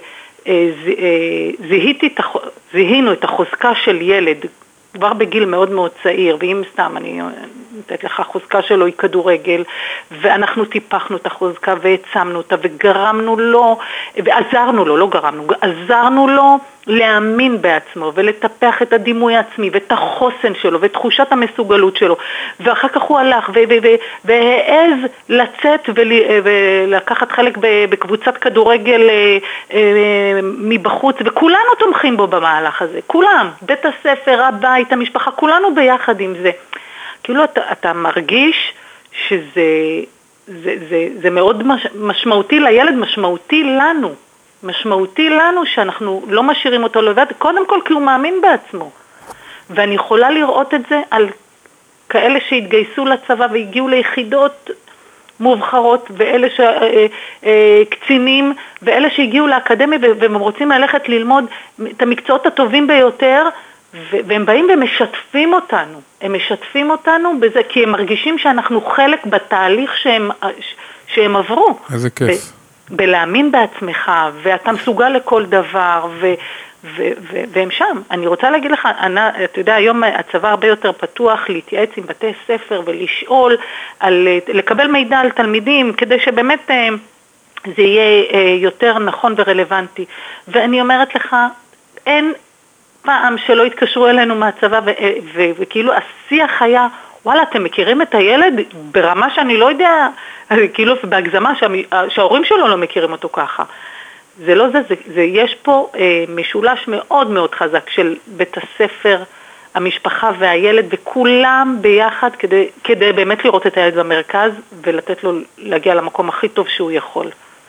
כשזיהינו את החוזקה של ילד, כבר בגיל מאוד מאוד צעיר, ואם סתם אני נתת לך, החוזקה שלו היא כדורגל, ואנחנו טיפחנו את החוזקה והעצמנו אותה, וגרמנו לו, ועזרנו לו, לא גרמנו, עזרנו לו להאמין בעצמו, ולטפח את הדימוי העצמי, ואת החוסן שלו, ואת תחושת המסוגלות שלו, ואחר כך הוא הלך, והעז לצאת ולקחת חלק בקבוצת כדורגל מבחוץ, וכולנו תומכים בו במהלך הזה, כולם, בית הספר, הבית, המשפחה, כולנו ביחד עם זה. כאילו אתה, אתה מרגיש שזה זה, זה, זה מאוד מש, משמעותי לילד, משמעותי לנו. משמעותי לנו שאנחנו לא משאירים אותו לבד, קודם כל כי הוא מאמין בעצמו. ואני יכולה לראות את זה על כאלה שהתגייסו לצבא והגיעו ליחידות מובחרות, ואלה שקצינים, ואלה שהגיעו לאקדמיה והם רוצים ללכת ללמוד את המקצועות הטובים ביותר, והם באים ומשתפים אותנו, הם משתפים אותנו בזה, כי הם מרגישים שאנחנו חלק בתהליך שהם, שהם עברו. איזה כיף. ב- בלהאמין בעצמך, ואתה מסוגל לכל דבר, ו- ו- ו- והם שם. אני רוצה להגיד לך, אני, אתה יודע, היום הצבא הרבה יותר פתוח להתייעץ עם בתי ספר ולשאול, על, לקבל מידע על תלמידים, כדי שבאמת זה יהיה יותר נכון ורלוונטי. ואני אומרת לך, אין פעם שלא התקשרו אלינו מהצבא, ו- ו- וכאילו השיח היה, וואלה, אתם מכירים את הילד ברמה שאני לא יודע, כאילו בהגזמה שה- שההורים שלו לא מכירים אותו ככה. זה לא זה, זה, זה יש פה אה, משולש מאוד מאוד חזק של בית הספר, המשפחה והילד, וכולם ביחד כדי, כדי באמת לראות את הילד במרכז, ולתת לו להגיע למקום הכי טוב שהוא יכול.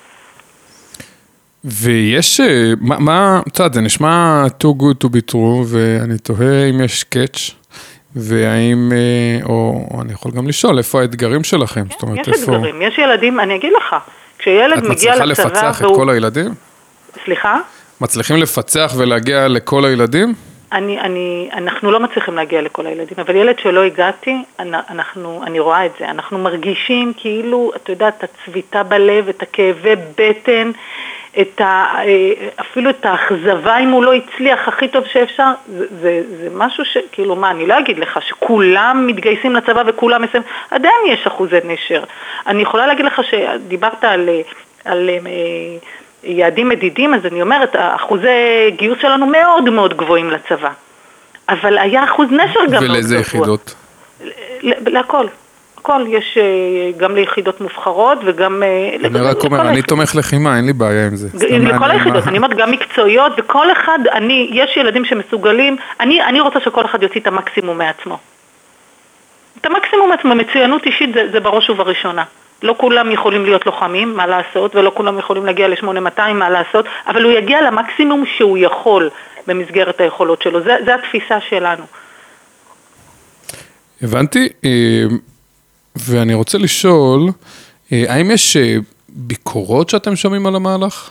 ויש, מה, מה, צד, זה נשמע too good to be true, ואני תוהה אם יש קאץ', והאם, או, או אני יכול גם לשאול, איפה האתגרים שלכם? כן, זאת אומרת, יש איפה... אתגרים, יש ילדים, אני אגיד לך, כשילד את מגיע לצבא... את מצליחה לפצח והוא... את כל הילדים? סליחה? מצליחים לפצח ולהגיע לכל הילדים? אני, אני, אנחנו לא מצליחים להגיע לכל הילדים, אבל ילד שלא הגעתי, אנחנו, אני רואה את זה, אנחנו מרגישים כאילו, אתה יודע, את הצביטה בלב, את הכאבי בטן, את ה, אפילו את האכזבה אם הוא לא הצליח הכי טוב שאפשר, זה, זה, זה משהו שכאילו מה, אני לא אגיד לך שכולם מתגייסים לצבא וכולם מסיים, עדיין יש אחוזי נשר. אני יכולה להגיד לך שדיברת על, על יעדים מדידים, אז אני אומרת, אחוזי גיוס שלנו מאוד מאוד גבוהים לצבא. אבל היה אחוז נשר גם מאוד גבוה. ולאיזה יחידות? להכל. הכל, יש גם ליחידות מובחרות וגם... אני רק אומר, אני תומך לחימה, אין לי בעיה עם זה. לכל היחידות, אני אומרת גם מקצועיות, וכל אחד, אני, יש ילדים שמסוגלים, אני, אני רוצה שכל אחד יוציא את המקסימום מעצמו. את המקסימום מעצמו, מצוינות אישית זה, זה בראש ובראשונה. לא כולם יכולים להיות לוחמים, מה לעשות, ולא כולם יכולים להגיע ל-שמונה מאתיים, מה לעשות, אבל הוא יגיע למקסימום שהוא יכול במסגרת היכולות שלו. זה, זה התפיסה שלנו. הבנתי, ואני רוצה לשאול, האם יש ביקורות שאתם שומעים על המהלך?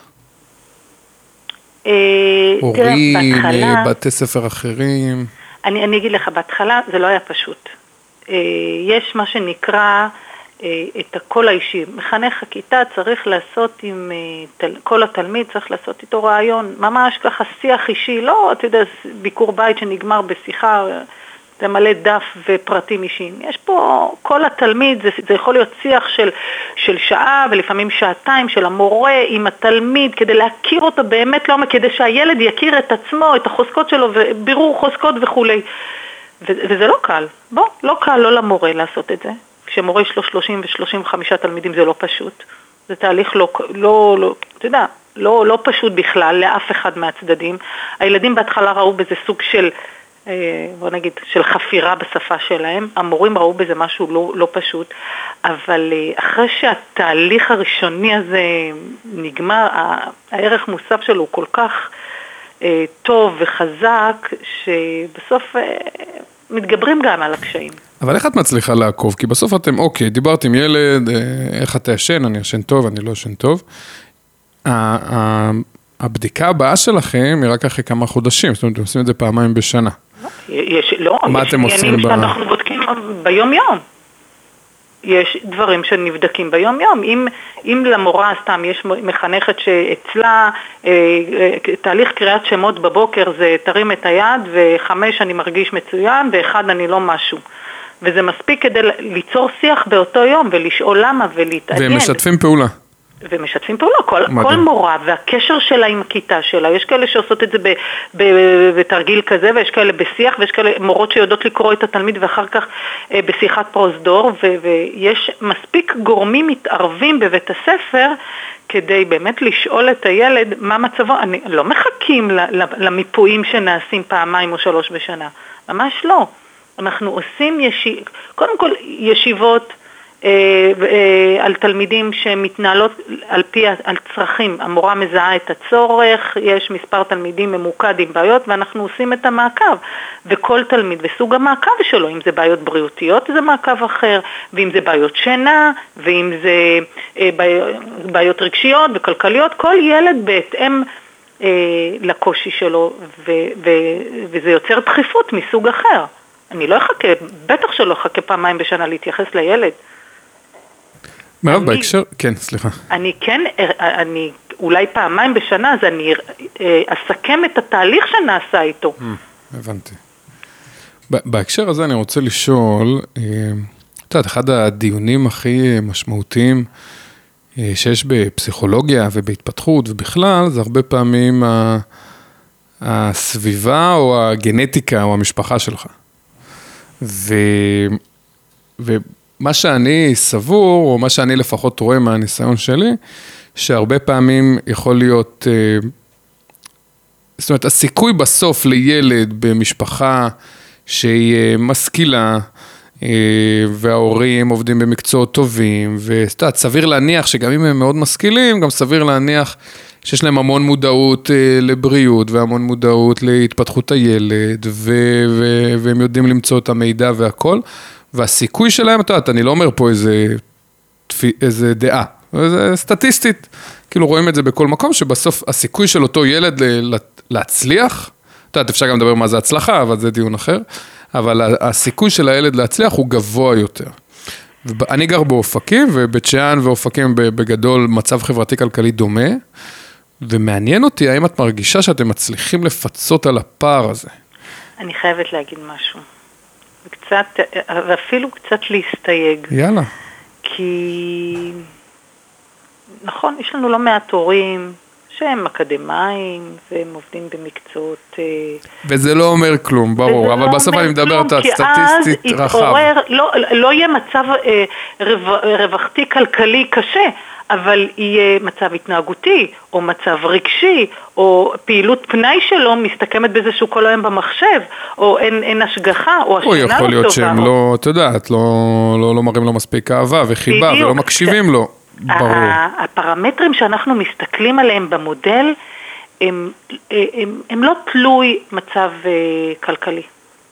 הורים, בתי ספר אחרים? אני, אני אגיד לך, בהתחלה זה לא היה פשוט. יש מה שנקרא את הקול האישי. מחנך הכיתה צריך לעשות עם כל התלמיד, צריך לעשות איתו רעיון, ממש ככה שיח אישי, לא, אתה יודע, ביקור בית שנגמר בשיחה, זה מלא דף ופרטים אישיים. יש פה, כל התלמיד, זה, זה יכול להיות שיח של, של שעה ולפעמים שעתיים של המורה עם התלמיד, כדי להכיר אותו באמת לא, כדי שהילד יכיר את עצמו, את החוזקות שלו, ובירור חוזקות וכו'. ו, וזה לא קל. בוא, לא קל לא למורה לעשות את זה. כשמורה יש לו שלושים ושלושים וחמישה תלמידים זה לא פשוט. זה תהליך לא, לא, לא, אתה יודע, לא, לא פשוט בכלל לאף אחד מהצדדים. הילדים בהתחלה ראו בזה סוג של, בוא נגיד, של חפירה בשפה שלהם. המורים ראו בזה משהו לא, לא פשוט. אבל אחרי שהתהליך הראשוני הזה נגמר, הערך מוסף שלו הוא כל כך טוב וחזק, שבסוף מתגברים גם על הקשיים. אבל איך את מצליחה לעקוב? כי בסוף אתם, אוקיי, דיברת עם ילד, איך אתה ישן, אני ישן טוב, אני לא ישן טוב. הבדיקה הבאה שלכם היא רק אחרי כמה חודשים, זאת אומרת, אתם עושים את זה פעמיים בשנה. יש, לא, מה אתם עושים ב... אנחנו בודקים ביום יום. יש דברים שנבדקים ביום יום. אם, אם למורה סתם יש מחנכת שאצלה אה, אה, תהליך קריאת שמות בבוקר זה תרים את היד, וחמש אני מרגיש מצוין, ואחד אני לא משהו. וזה מספיק כדי ליצור שיח באותו יום, ולשאול למה ולהתעניין. והם משתפים פעולה. ומשתפים פעולה, כל, כל מורה והקשר שלה עם הכיתה שלה, יש כאלה שעושות את זה ב, ב, בתרגיל כזה, ויש כאלה בשיח, ויש כאלה מורות שיודעות לקרוא את התלמיד ואחר כך אה, בשיחת פרוזדור, ו, ויש מספיק גורמים מתערבים בבית הספר, כדי באמת לשאול את הילד מה מצבו. אני לא מחכים למיפויים שנעשים פעמיים או שלוש בשנה, ממש לא. אנחנו עושים ישיב, קודם כל ישיבות, על תלמידים שמתנהלות על פי הצרכים. המורה מזהה את הצורך, יש מספר תלמידים ממוקד עם בעיות, ואנחנו עושים את המעקב. וכל תלמיד וסוג המעקב שלו, אם זה בעיות בריאותיות זה מעקב אחר, ואם זה בעיות שינה, ואם זה בעיות רגשיות וכלכליות, כל ילד בהתאם לקושי שלו, וזה יוצר דחיפות מסוג אחר. אני לא אחכה, בטח שלא אחכה פעמיים בשנה להתייחס לילד. מאוד בהקשר, כן, סליחה. אני כן, אני אולי פעמיים בשנה, אז אני אסכם את התהליך שנעשה איתו. הבנתי. בהקשר הזה אני רוצה לשאול, את יודעת, אחד הדיונים הכי משמעותיים שיש בפסיכולוגיה ובהתפתחות ובכלל, זה הרבה פעמים הסביבה או הגנטיקה או המשפחה שלך. ו... ו... מה שאני סבור, או מה שאני לפחות רואה מהניסיון שלי, שהרבה פעמים יכול להיות, זאת אומרת, הסיכוי בסוף לילד במשפחה שהיא משכילה, וההורים עובדים במקצועות טובים, וסת, סביר להניח שגם אם הם מאוד משכילים, גם סביר להניח שיש להם המון מודעות לבריאות, והמון מודעות להתפתחות הילד, ו- ו- והם יודעים למצוא את המידע והכל, והסיכוי שלהם, אתה יודע, אני לא אומר פה איזה, איזה דעה, זה סטטיסטית, כאילו רואים את זה בכל מקום, שבסוף הסיכוי של אותו ילד להצליח, אתה יודע, אפשר גם לדבר מה זה הצלחה, אבל זה דיון אחר, אבל הסיכוי של הילד להצליח הוא גבוה יותר. אני גר באופקים, ובית שאן ואופקים בגדול מצב חברתי-כלכלי דומה, ומעניין אותי, האם את מרגישה שאתם מצליחים לפצות על הפער הזה? אני חייבת להגיד משהו. וקצת, ואפילו קצת להסתייג. יאללה. כי, נכון, יש לנו לא מעט הורים שהם אקדמיים, והם עובדים במקצועות... וזה לא אומר כלום, ברור, אבל לא בסוף אני מדבר את הסטטיסטית רחב. יתעורר, לא, לא יהיה מצב אה, רו, רווחתי כלכלי קשה, אבל יהיה מצב התנהגותי, או מצב רגשי, או פעילות פנאי שלו מסתכמת בזה שהוא כל היום במחשב, או אין, אין השגחה, או השינה לא טובה. או יכול להיות שהם לא, אתה יודעת, לא, לא, לא מראים לו מספיק אהבה וחיבה, ולא מקשיבים לו. ברור. הפרמטרים שאנחנו מסתכלים עליהם במודל, הם, הם, הם לא תלוי מצב כלכלי.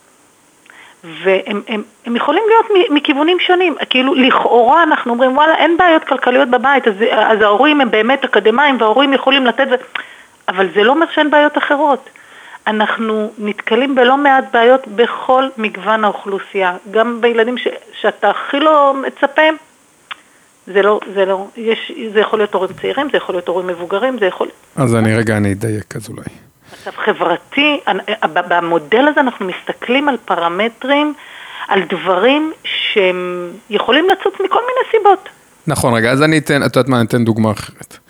והם הם, הם יכולים להיות מכיוונים שונים. כאילו, לכאורה אנחנו אומרים, וואלה, אין בעיות כלכליות בבית, אז, אז ההורים הם באמת אקדמיים, וההורים יכולים לתת, ו... אבל זה לא אומר שאין בעיות אחרות. אנחנו נתקלים בלא מעט בעיות בכל מגוון האוכלוסייה, גם בילדים ש, שאתה הכי לא מצפה, זה לא, זה לא, יש, זה יכול להיות הורים צעירים, זה יכול להיות הורים מבוגרים, זה יכול... אז אני רגע, אני אדייק אז אולי. מצב חברתי, במודל הזה אנחנו מסתכלים על פרמטרים, על דברים שהם יכולים לצוץ מכל מיני סיבות. נכון, רגע, אז אני אתן, את יודעת מה, אני אתן דוגמה אחרת.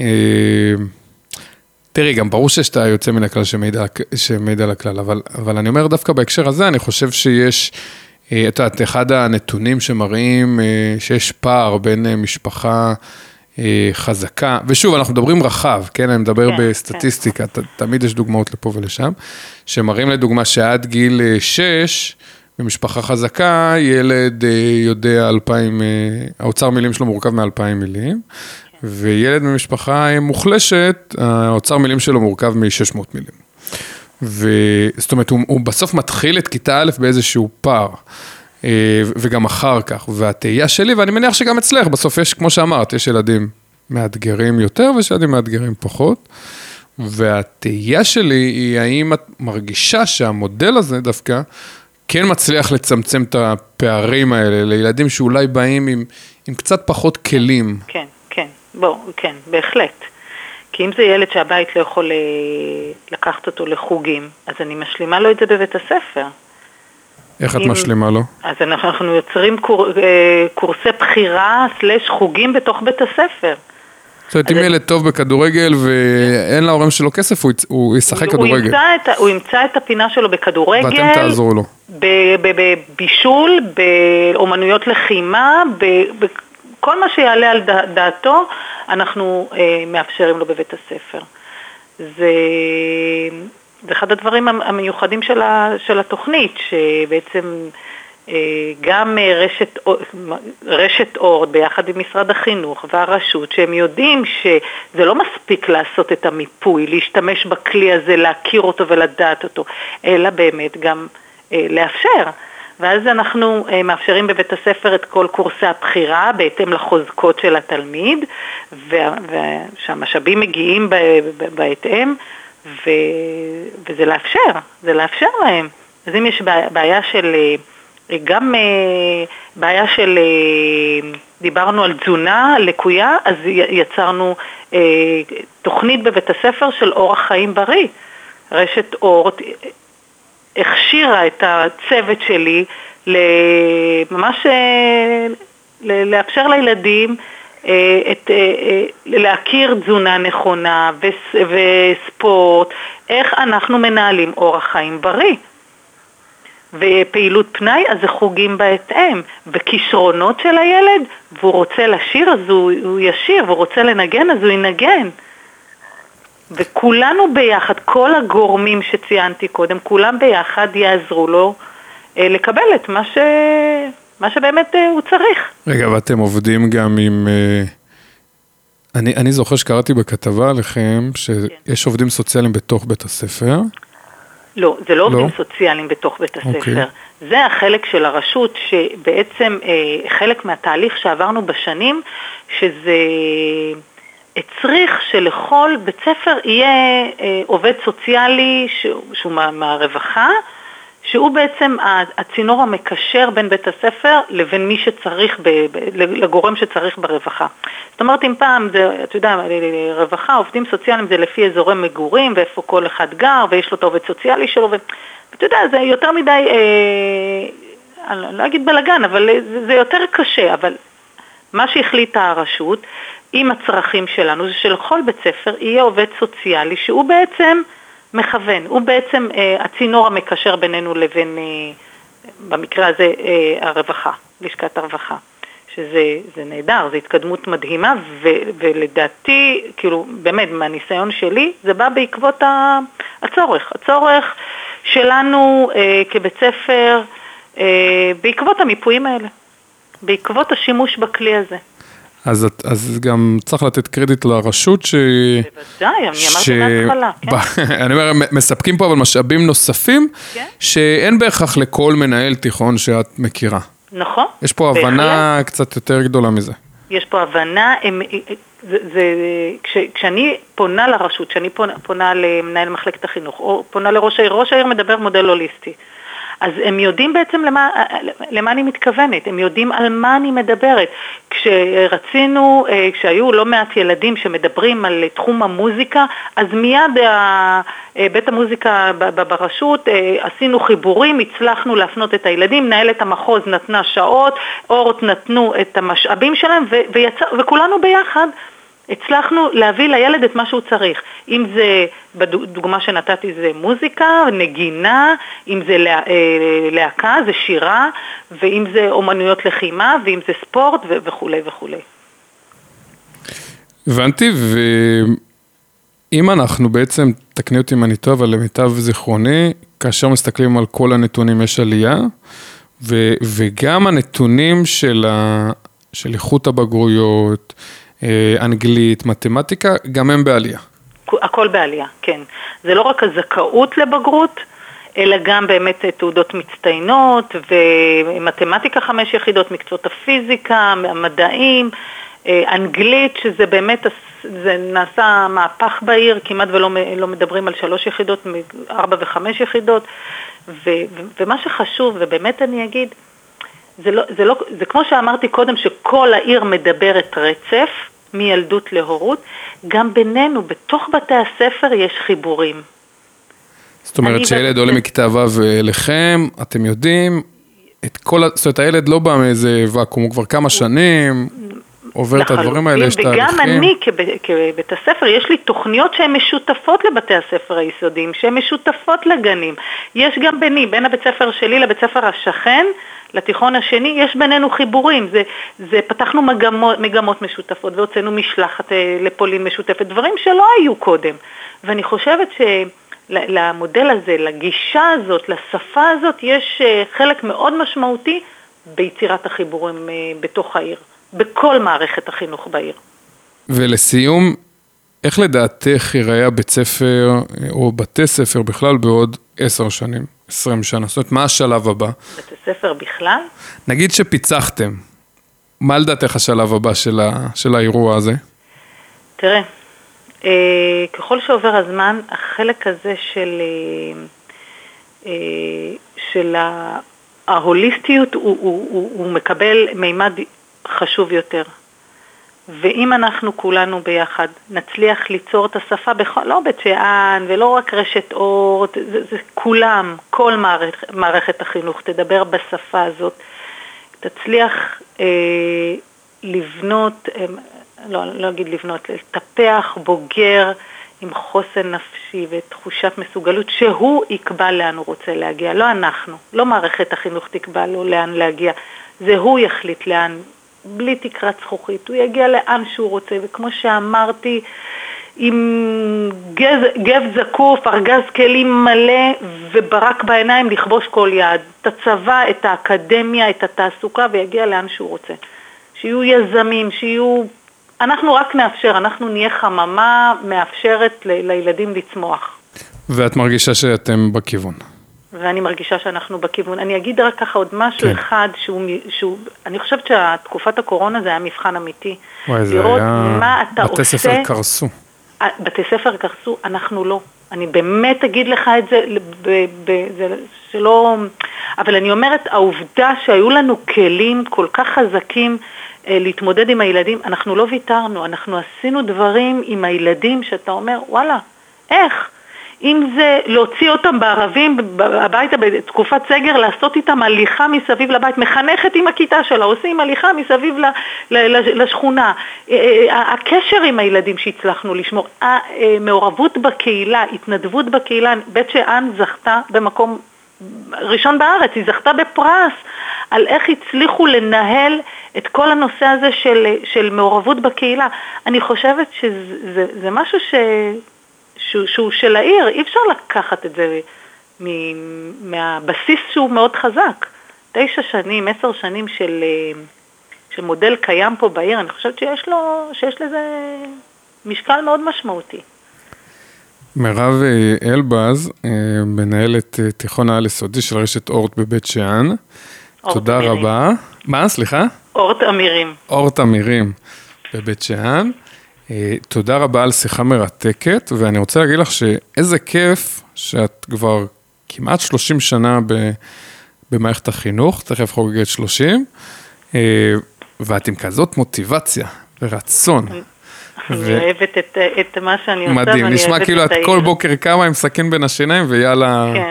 תראי, גם ברור שיש את היוצא מן הכלל שמעיד על הכלל, אבל, אבל אני אומר דווקא בהקשר הזה, אני חושב שיש, את יודעת, אחד הנתונים שמראים שיש פער בין משפחה חזקה, ושוב, אנחנו מדברים רחב, כן, אני מדבר כן, בסטטיסטיקה, כן. תמיד יש דוגמאות לפה ולשם, שמראים לדוגמה שעד גיל שש, במשפחה חזקה, ילד יודע אלפיים, האוצר מילים שלו מורכב מאלפיים מילים, כן. וילד במשפחה מוחלשת, האוצר מילים שלו מורכב מ-שש מאות מילים. וזאת אומרת, הוא, הוא בסוף מתחיל את כיתה א' באיזשהו פער, וגם אחר כך, והתהייה שלי, ואני מניח שגם אצלך, בסוף יש, כמו שאמרת, יש ילדים מאתגרים יותר, ויש ילדים מאתגרים פחות, והתהייה שלי היא, האם את מרגישה שהמודל הזה דווקא, כן מצליח לצמצם את הפערים האלה, לילדים שאולי באים עם, עם קצת פחות כלים. כן, כן, בוא, כן, בהחלט. כי אם זה ילד שהבית לא יכול לקחת אותו לחוגים, אז אני משלימה לו את זה בבית הספר. איך את משלימה לו? אז אנחנו יוצרים קור, קורסי בחירה סלש חוגים בתוך בית הספר. זאת אומרת, אם ילד טוב בכדורגל ואין להורים שלו כסף, הוא ישחק כדורגל. הוא ימצא את הפינה שלו בכדורגל. ואתם תעזרו לו. בבישול, באומנויות לחימה, בכל מה שיעלה על דעתו, אנחנו מאפשרים לו בבית הספר. זה... זה אחד הדברים המיוחדים של, ה, של התוכנית, שבעצם גם רשת, רשת אור ביחד עם משרד החינוך והרשות, שהם יודעים שזה לא מספיק לעשות את המיפוי, להשתמש בכלי הזה, להכיר אותו ולדעת אותו, אלא באמת גם לאפשר. ואז אנחנו מאפשרים בבית הספר את כל קורסי הבחירה בהתאם לחוזקות של התלמיד, והמשאבים מגיעים בהתאם, ו... וזה לאפשר, זה לאפשר להם. אז אם יש בעיה של, גם בעיה של, דיברנו על תזונה לקויה, אז יצרנו תוכנית בבית הספר של אורח חיים בריא. רשת אור הכשירה את הצוות שלי ממש לאפשר לילדים את, להכיר תזונה נכונה וספורט, איך אנחנו מנהלים אורח חיים בריא. ופעילות פנאי, אז זה חוגים בהתאם, וכישרונות של הילד, והוא רוצה לשיר, אז הוא, הוא ישיר, והוא רוצה לנגן, אז הוא ינגן. וכולנו ביחד, כל הגורמים שציינתי קודם, כולם ביחד יעזרו לו לקבל את מה ש... מה שבאמת הוא צריך. רגע, ואתם עובדים גם עם... אני, אני זוכר שקראתי בכתבה עליכם, שיש עובדים סוציאליים בתוך בית הספר. לא, זה לא עובדים סוציאליים בתוך בית הספר. זה החלק של הרשות, שבעצם חלק מהתהליך שעברנו בשנים, שזה הצריך שלכל בית ספר יהיה עובד סוציאלי שהוא מהרווחה, שהוא בעצם הצינור המקשר בין בית הספר לבין מי שצריך, ב, ב, לגורם שצריך ברווחה. זאת אומרת, אם פעם, זה, אתה יודע, רווחה, עובדים סוציאליים זה לפי אזורי מגורים, ואיפה כל אחד גר, ויש לו את העובד סוציאלי שלו, ואתה יודע, זה יותר מדי, אה, אני לא אגיד בלגן, אבל זה, זה יותר קשה, אבל מה שהחליטה הרשות, עם הצרכים שלנו, זה שלכל בית ספר יהיה עובד סוציאלי, שהוא בעצם מכוון, הוא בעצם אה, הצינור המקשר בינינו לבין, אה, במקרה הזה, אה, הרווחה, לשכת הרווחה, שזה זה נהדר, זו התקדמות מדהימה, ו, ולדעתי, כאילו, באמת, מהניסיון שלי, זה בא בעקבות הצורך, הצורך שלנו אה, כבית ספר, אה, בעקבות המיפויים האלה, בעקבות השימוש בכלי הזה. אז, אז גם צריך לתת קרדיט לרשות ש... בוודאי, אני אמרתי בהתחלה, כן. אני אומר, מספקים פה אבל משאבים נוספים, כן? שאין בהכרח לכל מנהל תיכון שאת מכירה. נכון. יש פה בהחלט. הבנה קצת יותר גדולה מזה. יש פה הבנה, הם, זה, זה, כש, כשאני פונה לרשות, כשאני פונה, פונה למנהל מחלקת החינוך, או פונה לראש העיר, ראש העיר מדבר מודל הוליסטי. אז הם יודעים בעצם למה, למה אני מתכוונת, הם יודעים על מה אני מדברת. כשרצינו, כשהיו לא מעט ילדים שמדברים על תחום המוזיקה, אז מיד בית המוזיקה ברשות עשינו חיבורים, הצלחנו להפנות את הילדים, מנהלת המחוז נתנה שעות, אורות נתנו את המשאבים שלהם, ויצא, וכולנו ביחד הצלחנו להביא לילד את מה שהוא צריך. אם זה, בדוגמה שנתתי, זה מוזיקה, נגינה, אם זה לה, להקה, זה שירה, ואם זה אומנויות לחימה, ואם זה ספורט וכו' וכו'. הבנתי, ואם אנחנו בעצם, תקני אותי אם אני טוב, אבל למיטב זיכרוני, כאשר מסתכלים על כל הנתונים יש עלייה, ו, וגם הנתונים של, ה, של איכות הבגרויות, אנגלית, מתמטיקה, גם הם בעלייה. הכל בעלייה, כן. זה לא רק הזכאות לבגרות, אלא גם באמת תעודות מצטיינות, ומתמטיקה חמש יחידות, מקצועות הפיזיקה, המדעים, אנגלית, שזה באמת, זה נעשה מהפך בעיר, כמעט ולא לא מדברים על שלוש יחידות, ארבע וחמש יחידות, ו, ו, ומה שחשוב, ובאמת אני אגיד, זה, לא, זה, לא, זה כמו שאמרתי קודם, שכל העיר מדברת רצף, מילדות להורות, גם בינינו, בתוך בתי הספר יש חיבורים. זאת אומרת שילד עולה מכיתה ו' אליכם, אתם יודעים, את כל, זאת אומרת, הילד לא בא מאיזה ואקום, הוא כבר כמה שנים, עובר את הדברים האלה, יש תהליכים. וגם אני כבית הספר, יש לי תוכניות שהן משותפות לבתי הספר היסודיים, שהן משותפות לגנים. יש גם ביני, בין הבית ספר שלי לבית ספר השכן, לתיכון השני, יש בינינו חיבורים. זה, זה פתחנו מגמות, מגמות משותפות, והוצאנו משלחת לפולין משותפת, דברים שלא היו קודם. ואני חושבת ש... למודל הזה, לגישה הזאת, לשפה הזאת, יש חלק מאוד משמעותי ביצירת החיבורים בתוך העיר, בכל מערכת החינוך בעיר. ולסיום, איך לדעתך ייראה בית ספר או בתי ספר בכלל בעוד עשר שנים, עשרים שנה? זאת אומרת, מה השלב הבא? בתי ספר בכלל? נגיד שפיצחתם, מה לדעתך השלב הבא של, ה, של האירוע הזה? תראה, Uh, ככל שעובר הזמן, החלק הזה של, uh, uh, של ההוליסטיות הוא, הוא, הוא, הוא מקבל מימד חשוב יותר. ואם אנחנו כולנו ביחד נצליח ליצור את השפה, בכל, לא בית שאן ולא רק רשת אור, זה, זה כולם, כל מערכת, מערכת החינוך תדבר בשפה הזאת, תצליח uh, לבנות... Um, לא, לא אגיד לבנות, לטפח בוגר עם חוסן נפשי ותחושת מסוגלות, שהוא יקבע לאן הוא רוצה להגיע, לא אנחנו, לא מערכת החינוך תקבע לו לאן להגיע, זה הוא יחליט לאן, בלי תקרת זכוכית, הוא יגיע לאן שהוא רוצה, וכמו שאמרתי, עם גז, גב זקוף, ארגז כלים מלא וברק בעיניים לכבוש כל יעד, את הצבא, את האקדמיה, את התעסוקה, ויגיע לאן שהוא רוצה. שיהיו יזמים, שיהיו... אנחנו רק נאפשר, אנחנו נהיה חממה מאפשרת ל- לילדים לצמוח. ואת מרגישה שאתם בכיוון. ואני מרגישה שאנחנו בכיוון. אני אגיד רק ככה עוד משהו כן. אחד, שהוא, שהוא, אני חושבת שתקופת הקורונה זה היה מבחן אמיתי. וואי, זה היה... מה אתה בתי עושה, ספר קרסו. בתי ספר קרסו, אנחנו לא. אני באמת אגיד לך את זה, ב, ב, זה שלא... אבל אני אומרת, העובדה שהיו לנו כלים כל כך חזקים, להתמודד עם הילדים, אנחנו לא ויתרנו, אנחנו עשינו דברים עם הילדים שאתה אומר, וואלה, איך? אם זה להוציא אותם בערבים הביתה בתקופת סגר, לעשות איתם הליכה מסביב לבית, מחנכת עם הכיתה שלה, עושים הליכה מסביב לשכונה, הקשר עם הילדים שהצלחנו לשמור, המעורבות בקהילה, התנדבות בקהילה, בית שאן זכתה במקום ראשון בארץ, היא זכתה בפרס על איך הצליחו לנהל את כל הנושא הזה של, של מעורבות בקהילה. אני חושבת שזה זה, זה משהו ש, שהוא, שהוא של העיר, אי אפשר לקחת את זה מ, מהבסיס שהוא מאוד חזק. תשע שנים, עשר שנים של, של מודל קיים פה בעיר, אני חושבת שיש לו, שיש לזה משקל מאוד משמעותי. מירב אלבז, מנהלת תיכון העל יסודי של רשת אורט בבית שאן. תודה רבה. מה, סליחה? אורט אמירים. אורט אמירים בבית שאן. תודה רבה על שיחה מרתקת, ואני רוצה להגיד לך שאיזה כיף שאת כבר כמעט שלושים שנה במערכת החינוך, תכף חוגגת שלושים, ואת עם כזאת מוטיבציה ורצון. אני אוהבת את, את מה שאני עושה. מדהים, נשמע כאילו את כל בוקר קמה עם סכין בין השיניים ויאללה. כן,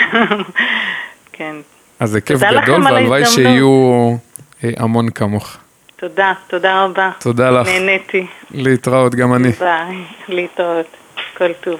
כן. אז זה כיף גדול, והלוואי שיהיו המון כמוך. תודה, תודה רבה. תודה לך. נהניתי. להתראות, גם אני. ביי, להתראות. כל טוב.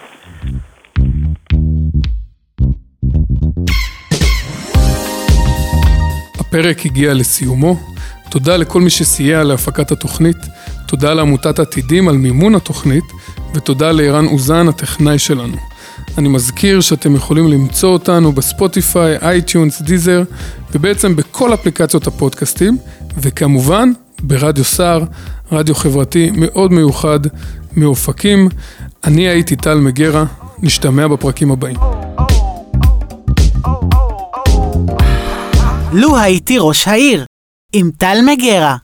הפרק הגיע לסיומו. תודה לכל מי שסייע להפקת התוכנית. תודה לעמותת עתידים על מימון התוכנית, ותודה לאירן אוזן, הטכנאי שלנו. אני מזכיר שאתם יכולים למצוא אותנו בספוטיפיי, אייטיונס, דיזר, ובעצם בכל אפליקציות הפודקאסטים, וכמובן ברדיו סער, רדיו חברתי מאוד מיוחד מאופקים. אני הייתי טל מגרה, נשתמע בפרקים הבאים. לו הייתי ראש העיר, עם טל מגרה.